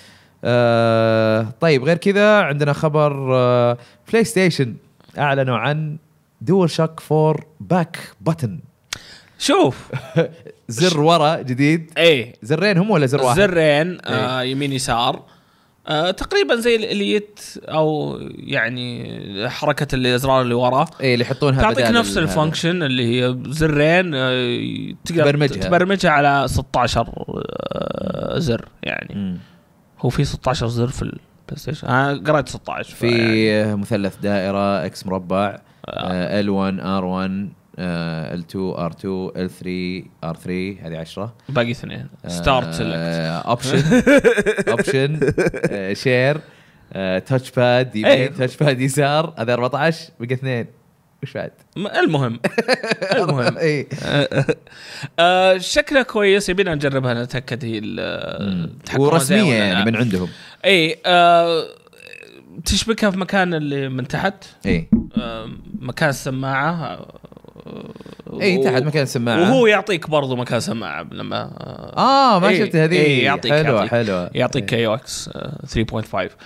آه طيب غير كذا عندنا خبر آه بلاي ستيشن اعلنوا عن دول شوك فور باك بutton. شوف زر ورا جديد ايه زرين هم ولا زر واحد؟ زرين آه يمين يسار آه تقريبا زي الاليت او يعني حركه الازرار اللي ورا ايه اللي يحطونها تعطيك نفس الفانكشن اللي هي زرين آه تقدر تبرمجها تبرمجها على ستة عشر آه زر يعني م. هو في ستة عشر زر في البلاي ستيشن انا قرأت ستة عشر في يعني مثلث دائره اكس مربع آه إل ون آر ون إل تو آر تو إل ثري آر ثري هذه عشرة باقي اثنين ستارت سيلكت اوبشن اوبشن شير تاتش باد يمين تاتش باد يسار هذا أربعة عشر بقى اثنين وش بعد المهم المهم اي شكله كويس يبينا نجربها نتاكد هي ورسميه يعني من عندهم اي تشبكها في مكان اللي من تحت اي مكان السماعه اي تحت مكان السماعه وهو يعطيك برضو مكان سماعه لما اه ما شفت هذه إيه يعطيك حلوه يعطيك حلوه يعطيك كي او اكس ثلاثة فاصلة خمسة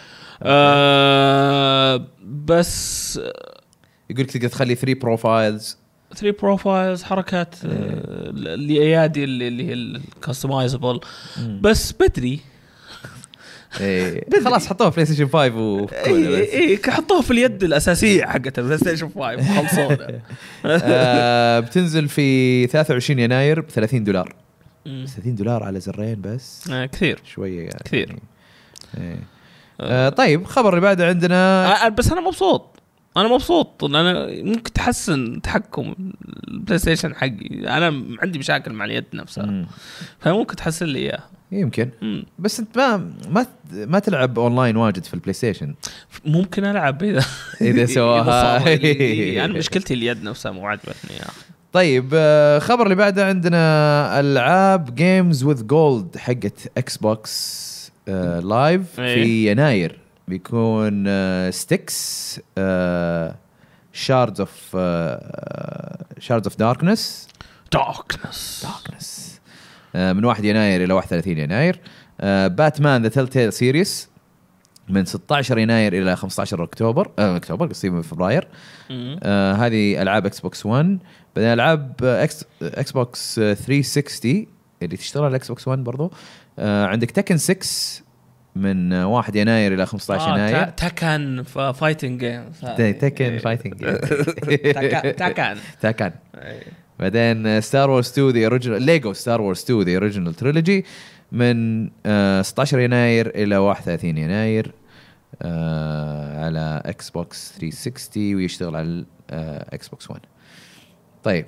آه بس يقول لك تقدر تخلي ثري بروفايلز ثري بروفايلز حركات الايادي اللي اللي هي الكاستمايزبل بس بدري ايه خلاص حطوها في بلاي ستيشن خمسة و اي اي حطوها في اليد الاساسيه حقت البلاي ستيشن خمسة خلصونا آه بتنزل في ثلاثة وعشرين يناير ب ثلاثين دولار ثلاثين دولار على زرين بس آه كثير شويه يعني كثير إيه. آه طيب خبر اللي بعده عندنا آه بس انا مبسوط انا مبسوط انا ممكن تحسن تحكم البلاي ستيشن حقي انا عندي مشاكل مع اليد نفسها فممكن تحسن لي اياها يمكن مم. بس انت ما ما ما تلعب اونلاين واجد في البلاي ستيشن ممكن العب اذا اذا سواها انا يعني مشكلتي اليد نفسها مو عجبتني يا اخي طيب خبر اللي بعده عندنا العاب جيمز وذ جولد حقت اكس بوكس لايف في يناير بيكون ستيكس شاردز اوف شاردز اوف داركنس داركنس داركنس من واحد يناير إلى واحد وثلاثين يناير. باتمان ذا تيل تيل سيريس من ستة عشر يناير إلى خمسة عشر أكتوبر آه أكتوبر قصدي من فبراير. آه هذه ألعاب إكس بوكس ون. بعدين ألعاب إكس إكس بوكس ثلاثمية وستين اللي تشتغل على إكس بوكس ون برضو. آه عندك تكن ستة من واحد يناير إلى خمسة عشر يناير. آه تكن فايتنج جيم. تكن فايتنج جيم. تكن تكن. بعدين ستار وورز تو ذا اوريجينال ليجو ستار وورز تو ذا اوريجينال تريلوجي من آه ستة عشر يناير الى واحد وثلاثين يناير آه على اكس بوكس ثلاثمية وستين ويشتغل على آه اكس بوكس ون. طيب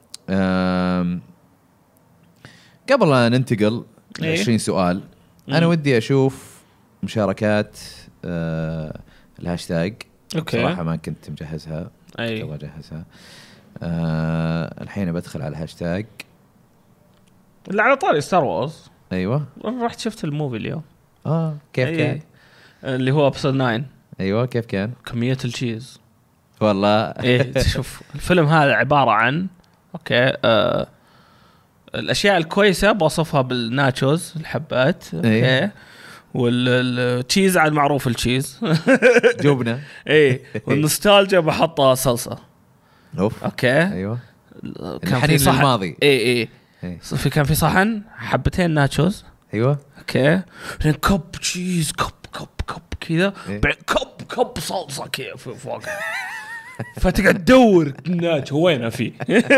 قبل لا ننتقل إيه؟ عشرين سؤال مم. انا ودي اشوف مشاركات آه الهاشتاج. اوكي صراحه ما كنت مجهزها. اي ابغى اجهزها. آه الحين بدخل على الهاشتاج اللي على طاري ستار وورز. ايوه رحت شفت الموفي اليوم. اه كيف أيه. كان اللي هو ابسود تسعة. ايوه كيف كان كميه التشيز والله. ايه شوف الفيلم هذا عباره عن اوكي آه الاشياء الكويسه بوصفها بالناتشوز الحبات اوكي أيه. والتشيز عاد معروف التشيز جبنه ايه والنوستالجيا بحطها صلصه. اوف اوكي ايوه كان في صحن الماضي. اي اي إيه. في كان في صحن حبتين ناتشوز. ايوه اوكي بعدين كوب تشيز كوب كوب كوب كذا إيه. بعدين كوب كوب صلصه كذا فوق فتقعد تدور الناتش وينه فيه.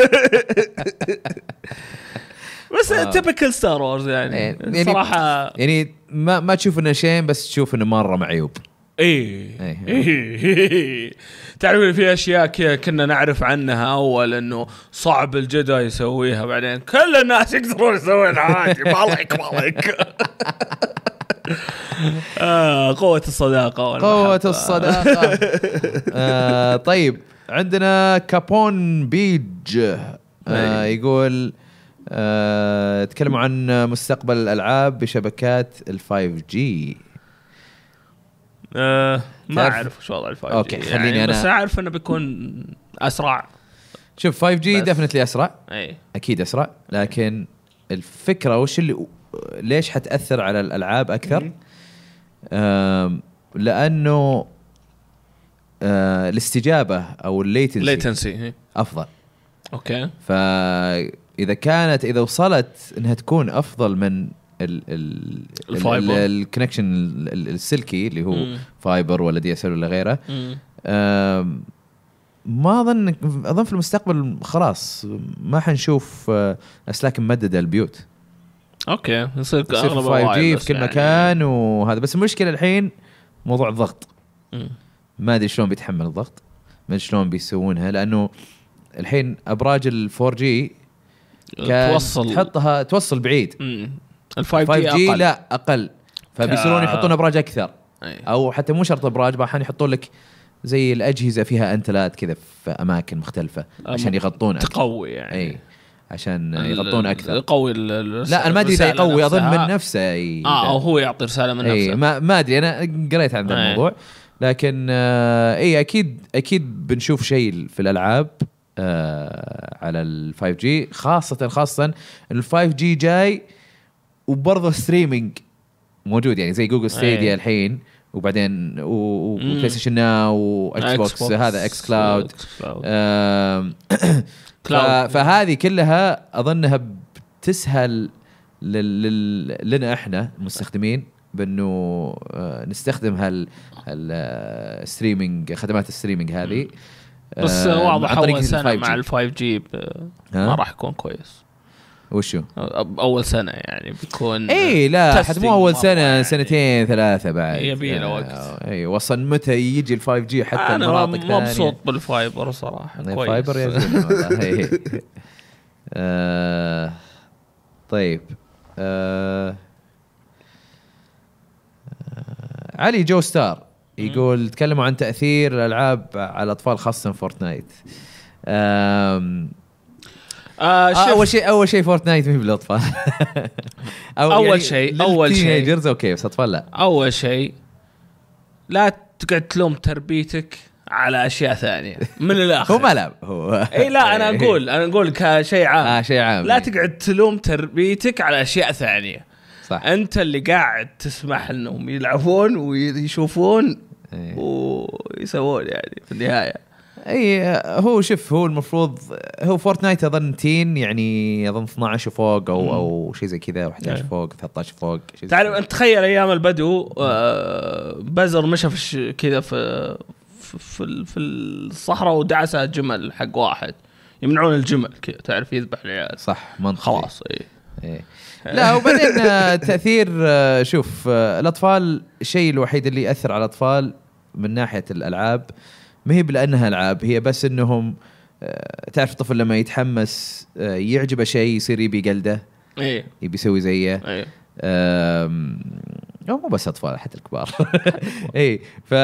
بس آه. تيبيكال ستار وورز يعني, يعني صراحه يعني ما ما تشوف انه شيء بس تشوف انه مره معيوب. ايه ايه, إيه. تعرف في اشياء كذا كنا نعرف عنها اول انه صعب الجداي يسويها بعدين كل الناس يقدرون يسوونها عادي. مالك مالك آه قوة الصداقة قوة الصداقة. آه طيب عندنا كابون بيج آه يقول آه تكلموا عن مستقبل الألعاب بشبكات الفايف جي. أه ما أعرف شو وضع الفايف جي. أوكي خليني يعني أنا بس أعرف إنه بيكون أسرع. شوف فايف جي ديفنتلي أسرع. أي أكيد أسرع لكن الفكرة وش اللي ليش حتأثر على الألعاب أكثر؟ آه لأنه آه الاستجابة أو الليتنسي ليتنسي أفضل. أوكي اذا كانت اذا وصلت انها تكون افضل من ال ال الكونكشن السلكي اللي هو مم. فايبر ولا دي اس ال ولا غيره، ما اظن اظن في المستقبل خلاص ما حنشوف اسلاك ممدده البيوت. اوكي يصير اغلب فايف جي في كل يعني مكان وهذا. بس المشكله الحين موضوع الضغط، مم. ما ادري شلون بيتحمل الضغط، ما ادري شلون بيسوونها، لانه الحين ابراج الفور جي توصل تحطها توصل بعيد، الفايف جي أقل. لا اقل، فبيصيرون يحطون ابراج اكثر. أي. او حتى مو شرط ابراج، راح يحطون لك زي الاجهزه فيها انتلات كذا في اماكن مختلفه عشان يغطون أكثر. تقوي يعني اي عشان يغطون اكثر. يقوي لا انا ما ادري اذا يقوي، اظن من نفسه اي اه او هو يعطي رساله من نفسه. ما ما ادري، انا قريت عن هذا الموضوع، لكن آه اي اكيد اكيد بنشوف شيء في الالعاب آه على ال فايف جي، خاصه خاصه ال فايف جي جاي وبرضه ستريمينج موجود، يعني زي جوجل ستيديا الحين، وبعدين وبلاي ستيشن ناو واكس بوكس، هذا اكس كلاود. فهذه كلها اظنها بتسهل لنا احنا المستخدمين بانه نستخدم هال الستريمينج، خدمات الستريمينج هذه. بس واضح اول سنه مع الفايف جي ما راح يكون كويس. وشو اول سنه يعني بيكون اي لا حتى مو اول سنه يعني سنتين ثلاثه بعد يبي له وقت. اي وصل متى يجي الفايف جي حتى المناطق ثانيه. انا مبسوط بالفايبر صراحه، كويس الفايبر يا زلمه والله. آه طيب آه علي جو ستار يقول تكلموا عن تاثير الالعاب على الاطفال خاصه فورتنايت. آه آه اول شيء اول شيء فورتنايت مو بالاطفال. أو اول يعني شيء اول شيء تينيجرز اوكي بس اطفال لا. اول شيء لا تقعد تلوم تربيتك على اشياء ثانيه من الاخر. هو ما لعب هو اي لا انا اقول انا اقول كشيء عام. اه شيء عام. لا تقعد تلوم تربيتك على اشياء ثانيه. صح. انت اللي قاعد تسمح لهم يلعبون ويشوفون ويسوون يعني في النهايه. اي هو شوف هو المفروض هو فورتنايت اظن تين يعني اظن اثناشر فوق او مم. او شيء زي كذا واحد عشر فوق ثلاثة عشر فوق. تعرف انت تخيل ايام البدو آه بزر مشى في كذا في في في الصحراء ودعسه جمل حق واحد يمنعون الجمل كذا تعرف يذبح العيال. صح منطقي. خلاص اي إيه. لا وبعدين تاثير شوف الاطفال الشيء الوحيد اللي ياثر على الاطفال من ناحيه الالعاب ما هي بلأنها ألعاب، هي بس إنهم تعرف الطفل لما يتحمس يعجبه شيء يصير يبي يقلده. إيه. يبي يسوي زيه. إيه. أو مو بس أطفال حتى الكبار. إيه ف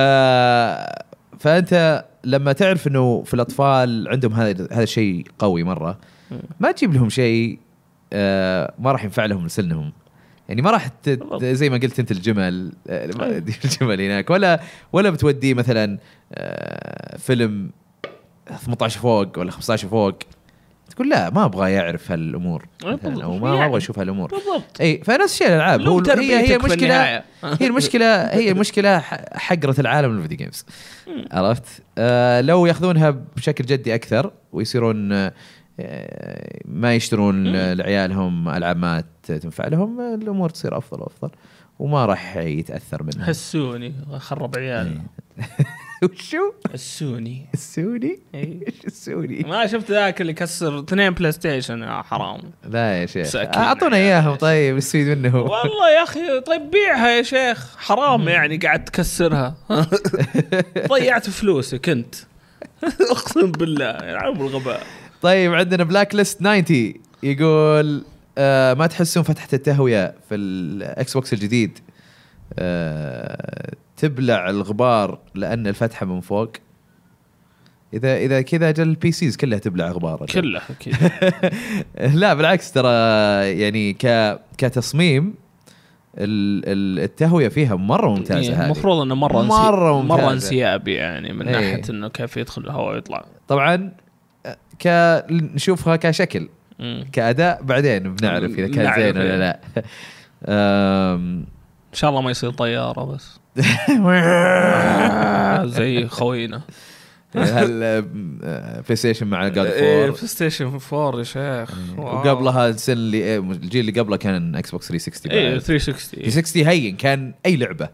فأنت لما تعرف إنه في الأطفال عندهم هذا هذا الشيء قوي مرة، ما تجيب لهم شيء ما راح ينفع لهم لسنهم. يعني ما راح زي ما قلت انت الجمل الجمل هناك ولا ولا بتودي مثلا فيلم ثمانية عشر فوق ولا خمسة عشر فوق تقول لا ما ابغى يعرف هالامور او ما ابغى اشوف هالامور. اي فنفس الشيء الالعاب هو هي هي مشكله هي المشكله هي المشكله حقره العالم الفيديو جيمز. عرفت آه لو ياخذونها بشكل جدي اكثر ويصيرون آه ما يشترون لعيالهم ألعاب ما تنفع لهم الأمور تصير أفضل وأفضل وما راح يتأثر منها. حسوني خرب عيالنا. وشو السوني السوني ايش السوني ما شفت ذاك اللي كسر اثنين بلاي ستيشن يا حرام. لا يا شيخ اعطونا اياهم طيب نستفيد منه. والله يا اخي طيب بيعها يا شيخ حرام يعني قاعد تكسرها. ضيعت فلوسك انت. اقسم بالله يلعب الغباء. طيب عندنا بلاك ليست تسعين يقول آه ما تحسون فتحة التهوية في الاكس بوكس الجديد آه تبلع الغبار لأن الفتحة من فوق؟ إذا إذا كذا جل البي سيز كلها تبلع غبار كلها أكيد. لا بالعكس ترى يعني ك كتصميم التهوية فيها مرة ممتازة. هذه المفروض إنه مرة مرة ممتازة. مرة انسيابي يعني من ناحية ايه. إنه كيف يدخل الهواء ويطلع. طبعا ك نشوفها كشكل مم. كأداء بعدين بنعرف إذا كان زين ولا لا. إن شاء الله ما يصير طيارة بس زي خوينا. هل بلاي ستيشن مع جاد ايه فور بلاي ستيشن فور يا شيخ. وقبلها السنه اللي الجيل اللي قبله كان اكس بوكس ثلاثمية وستين. ايه ثلاثمية وستين ثلاثمية وستين هين كان اي لعبه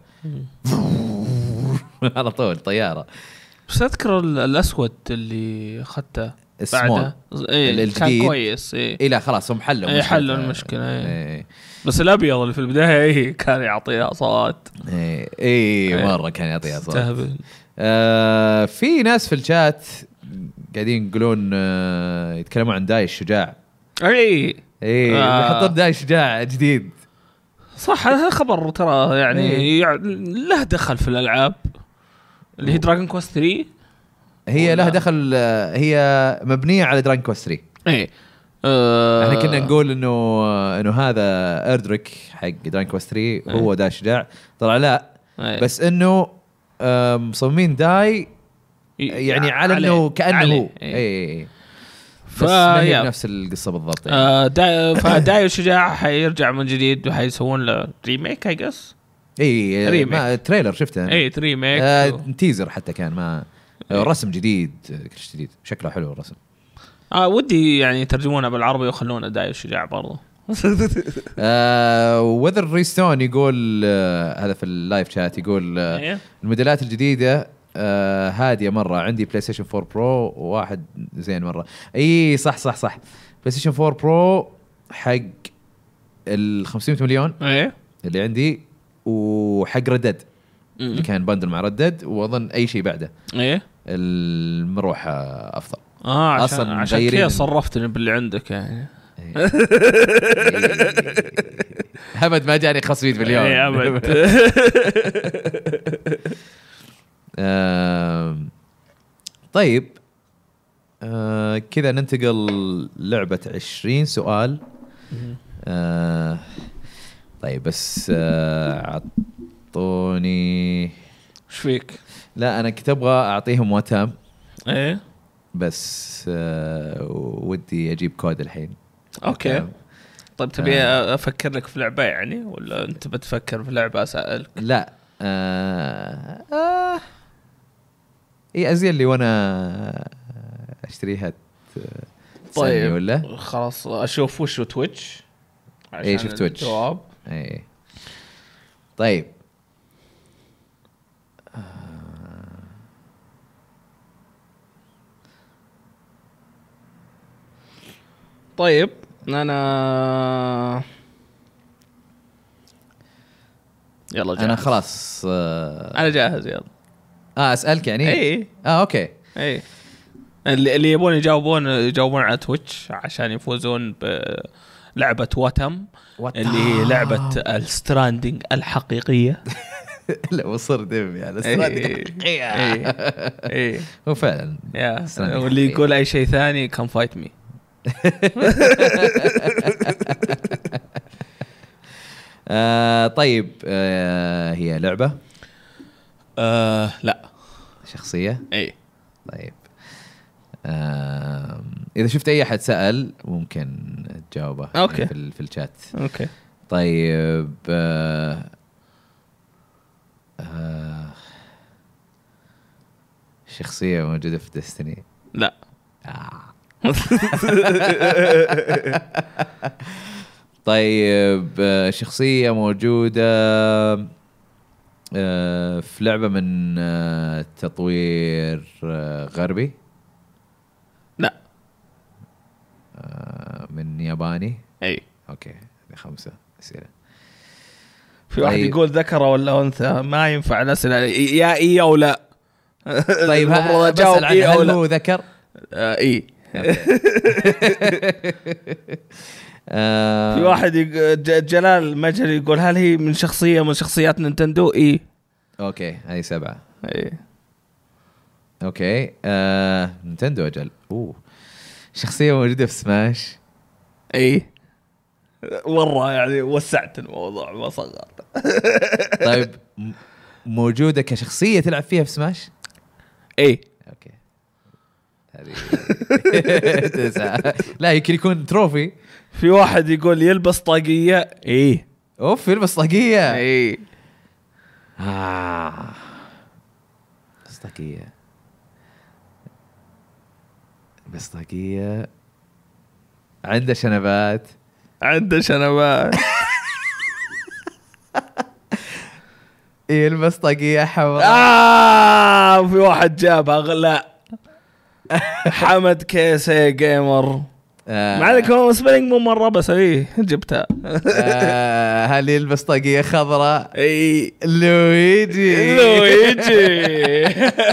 على طول طياره. بس اذكر الاسود اللي اخذته بعده ايه كان كويس. ايه إيه لا خلاص هم حلوا ايه حلوا المشكله. ايه. ايه. بس الابيض اللي في البدايه ايه كان يعطيها اصوات. ايه, إيه, إيه مره كان يعطيها اصوات. آه في ناس في الشات قاعدين يقولون آه يتكلمون عن داي الشجاع. اي ايه آه بيحطون داي الشجاع جديد. صح هذا خبر ترى يعني إيه. له دخل في الالعاب اللي هي دراجون كويست ثري. هي لها دخل. هي مبنيه على دراجون كويست ثري. ايه آه احنا كنا نقول انه انه هذا اردريك حق دراجون كويست ثري ايه. هو داي الشجاع. طلع لا ايه. بس انه مصممين داي يعني على انه كانه هو. اي اي بس ما هي نفس القصه بالضبط يعني. آه داي فداي الشجاع حيرجع من جديد وحيسوون له ريميك اي جس. اي ما تريلر شفته. اي ريميك آه و... تيزر حتى كان ما الرسم جديد كلش جديد شكله حلو الرسم. اه ودي يعني يترجمونه بالعربي ويخلونه داي الشجاع برضه. آه وذر ريستون يقول آه هذا في اللايف شات يقول آه الموديلات الجديده آه هاديه مره. عندي بلاي ستيشن فور برو وواحد زين مره. اي صح صح صح بلاي ستيشن فور برو حق ال خمسمية مليون ايه اللي عندي وحق ردد اللي كان بندل مع ردد واظن اي شيء بعده. ايه المروحه افضل. اه عشان اصلا عشان كذا صرفتني باللي عندك يعني. همد ما جاني خمسمية مليون. اي ابد. طيب آه كذا ننتقل لعبة عشرين سؤال. آه طيب بس آه عطوني ايش فيك؟ لا انا كنت ابغى اعطيهم وتام. ايه بس آه ودي اجيب كود الحين. اوكي وتام. طيب تبي آه افكر لك في لعبة يعني ولا انت بتفكر في لعبة اسالك؟ لا آه آه اي ازين لي وانا اشتريها. طيب ولا خلاص اشوف وش تويتش. اي شوف تويتش. جواب اي طيب طيب انا يلا جاهز. انا خلاص آه انا جاهز يلا. اه اسالك يعني. اي اه اوكي. اي اللي اللي يبون يجاوبون يجاوبون على تويتش عشان يفوزون بلعبة واتم اللي هي لعبة الستراندينج الحقيقية. لا وصر دم يعني الستراندينج الحقيقية. اي هو فعلا يا واللي يقول اي شيء ثاني كم فايت مي. آه طيب آه هي لعبة آه لا شخصية. اي طيب آه إذا شفت أي أحد سأل ممكن تجاوبه. أوكي. يعني في في الشات. أوكي. طيب آه آه شخصية موجودة في ديستني. لا. آه. طيب آه شخصية موجودة آه في لعبة من آه تطوير آه غربي. لا. آه من ياباني. اي اوكي خمسة أسئلة. في واحد طيب. يقول ذكر ولا أنثى ما ينفع الأسئلة يا إيه أو لا. طيب بسأل عنه هل هو ذكر؟ آه إيه. في واحد جلال مجري يقول هل هي من شخصية من شخصيات نينتندو؟ إيه. أوكي هذه سبعة. إيه. أوكي آه نينتندو أجل. أوه شخصية موجودة في سماش. إيه. مرة يعني وسعت الموضوع ما صغرت. طيب موجودة كشخصية تلعب فيها في سماش؟ ايه اوكي هذه لا يمكن يكون تروفي. في واحد يقول يلبس طاقية. ايه اوف يلبس طاقية. ايه آه. طاقية البسطاقية عنده شنبات عنده شنبات. ايه البسطاقية حمراء. آه في واحد جابها غلا. حمد كيسي جيمر. آه. مع ذلك هو سبيلنج مو مرة بس ايه جبتها. آه هذه البسطاقية خضراء. اي لويجي. لويجي.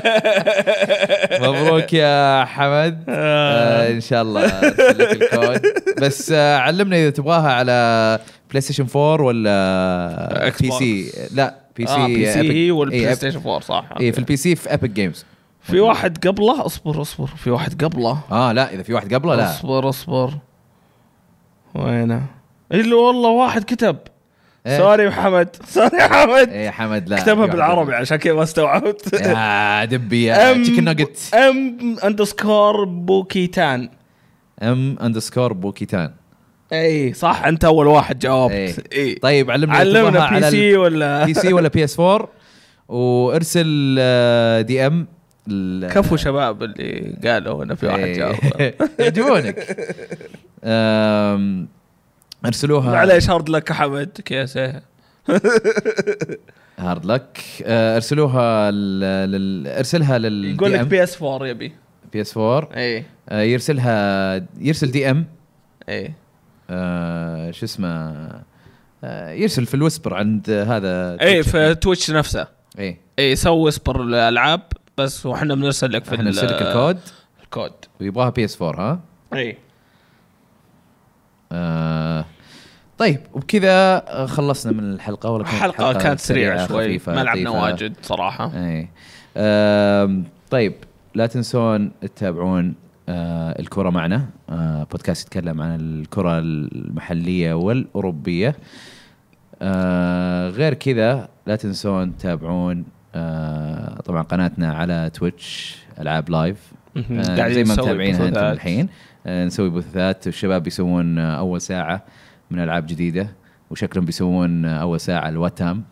مبروك يا حمد. آه ان شاء الله ارسل لك الكود. بس آه علمنا اذا تبغاها على بلاي ستيشن فور ولا بي سي. لا بي سي. آه بي سي هي والبلاي إيه ستيشن فور صح. اي في البي سي في ابيك جيمز. في واحد قبله اصبر اصبر في واحد قبله. اه لا اذا في واحد قبله لا اصبر اصبر وينه الا والله واحد كتب. إيه؟ سوري محمد سوري يا حمد. ايه يا حمد لا كتبها بالعربي عشان كذا ما استوعبت. يا دبي يا تشيكن ناجت. ام اندرسكور بوكيتان. ام اندرسكور بوكيتان. اي صح انت اول واحد جاوبت. ايه. اي طيب علمنا علمنا بي سي ولا بي سي ولا بي اس فور وارسل دي ام. كفو شباب اللي قالوا انه في واحد جاوب. يعجبونك. ارسلوها. معليش هارد لك حمد كيسه. هارد لك. ارسلوها لل ارسلها لل يقول لك بي اس فور يبي بي اس فور. اي يرسلها يرسل دي ام. اي آه شو اسمه آه يرسل في الويسبر عند هذا. اي في تويتش نفسه. اي اي سوي ويسبر الالعاب بس وحنا بنرسل لك في احنا نرسل لك الكود. الكود ويبغاها بي اس فور ها. اي آه طيب وبكذا خلصنا من الحلقه. ولا كانت الحلقه حلقة كانت سريعه شوي ما لعبنا لطيفة. واجد صراحه. اي آه طيب لا تنسون تتابعون آه الكرة معنا. آه بودكاست يتكلم عن الكرة المحلية والأوروبية. آه غير كذا لا تنسون تتابعون آه طبعا قناتنا على تويتش ألعاب لايف. آه زي ما متابعينها انتم الحين. آه نسوي بثات والشباب بيسوون آه أول ساعة من ألعاب جديدة وشكلهم بيسوون آه أول ساعة الواتام.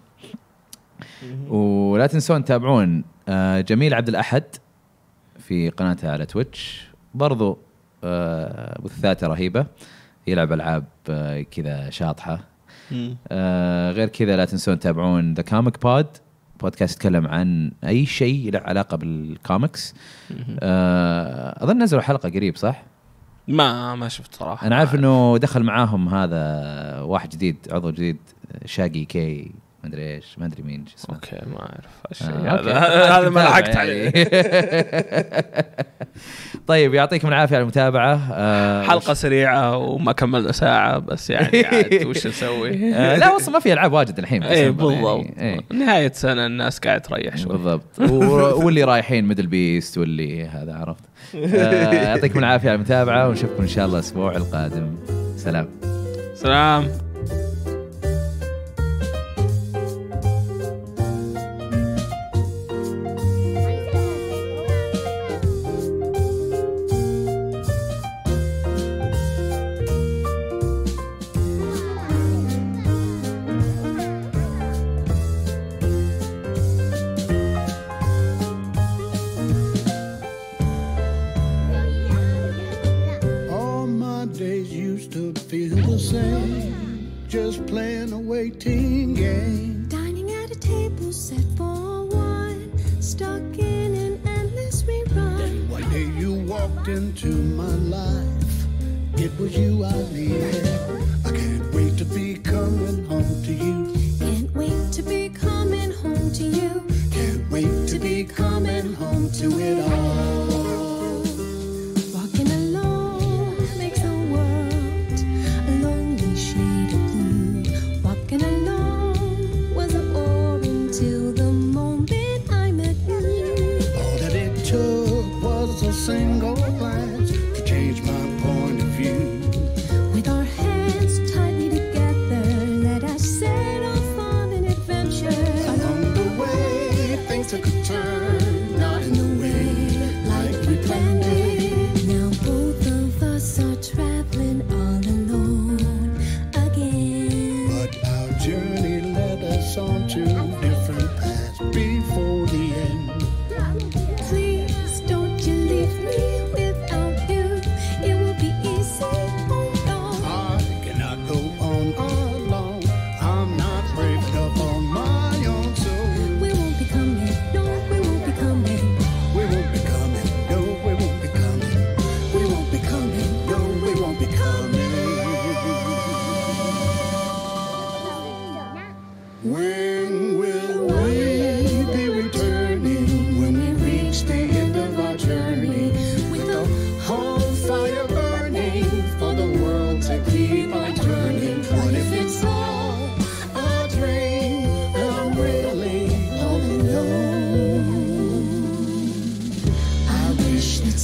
ولا تنسون تتابعون آه جميل عبد الأحد في قناتها على تويتش برضو. آه بثاته رهيبة يلعب ألعاب آه كذا شاطحة. آه غير كذا لا تنسون تتابعون ذا كوميك بود بودكاست يتكلم عن أي شيء له علاقة بالكوميكس. آه أظن نزلوا حلقة قريب صح؟ ما ما شفت صراحة. أنا عارف إنه دخل معاهم هذا واحد جديد عضو جديد شاقي كي ما أدري إيش ما أدري مين اسمه. أوكي ما أعرف الشيء آه هذا. هذا ما لحقت عليه. طيب يعطيكم العافية على المتابعة. آه حلقة سريعة وما كملنا ساعة بس يعني عاد وش نسوي. آه لا أصلا ما في ألعاب واجد الحين. ايه بالضبط يعني. ايه. نهاية سنة الناس قاعد تريح شوي. بالضبط. واللي رايحين ميدل بيست واللي هذا عرفت. آه يعطيكم العافية على المتابعة ونشوفكم إن شاء الله الأسبوع القادم. سلام. سلام. Just playing a waiting game. Dining at a table set for one, stuck in an endless rerun. Then one day you walked into my life. It was you I needed. I can't wait to be coming home to you. Can't wait to be coming home to you. Can't wait to be coming home to it all. Walking alone makes the world a lonely shade of blue. Walking alone was a bore until the moment I met you. All that it took was a single glance to change my point of view. With our hands tightly together, let us set off on an adventure. Along the way, things took a turn, not in the way like we planned it. Now both of us are traveling all alone again. But our journey led us on to different paths before the end. Please don't you leave me without you.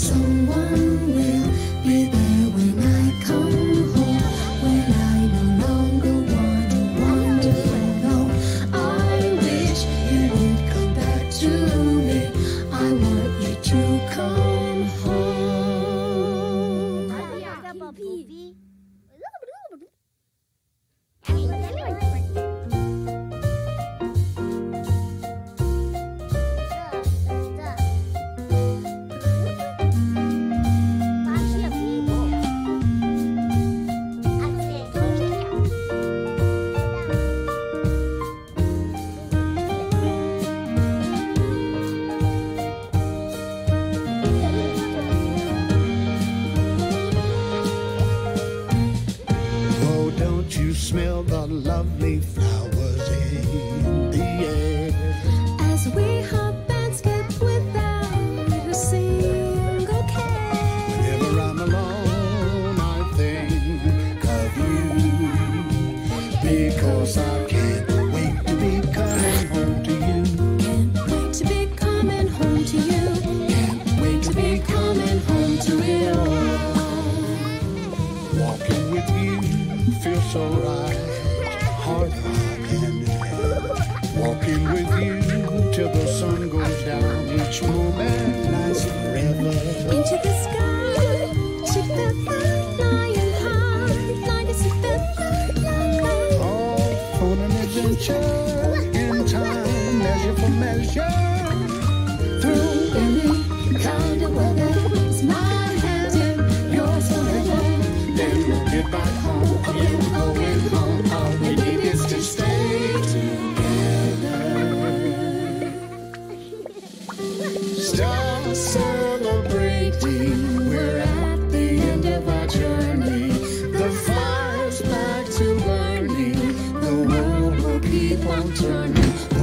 Someone will be there when I come home, when I no longer want to wander alone. I wish you would come back to me. I want you to come home. Oh, don't you smell the lovely flowers in the air? As we hop and skip without a single care. Whenever I'm alone, I think of you, because I can't wait to be coming home to you. Can't wait to be coming home to you. Can't wait To be coming home to you. walking with you. Feels so right, heart heart hand in hand. Walking with you till the sun goes down. Each moment lasts forever. Into the sky, together, flying high, flying together, like All on an adventure in time, measure for measure. Through any kind of weather. It's my hand in yours forever. then we'll get back home. Again, going home, all we need is to stay together. Start celebrating. We're at the end of our journey. The fire's back to burning. The world will keep on turning.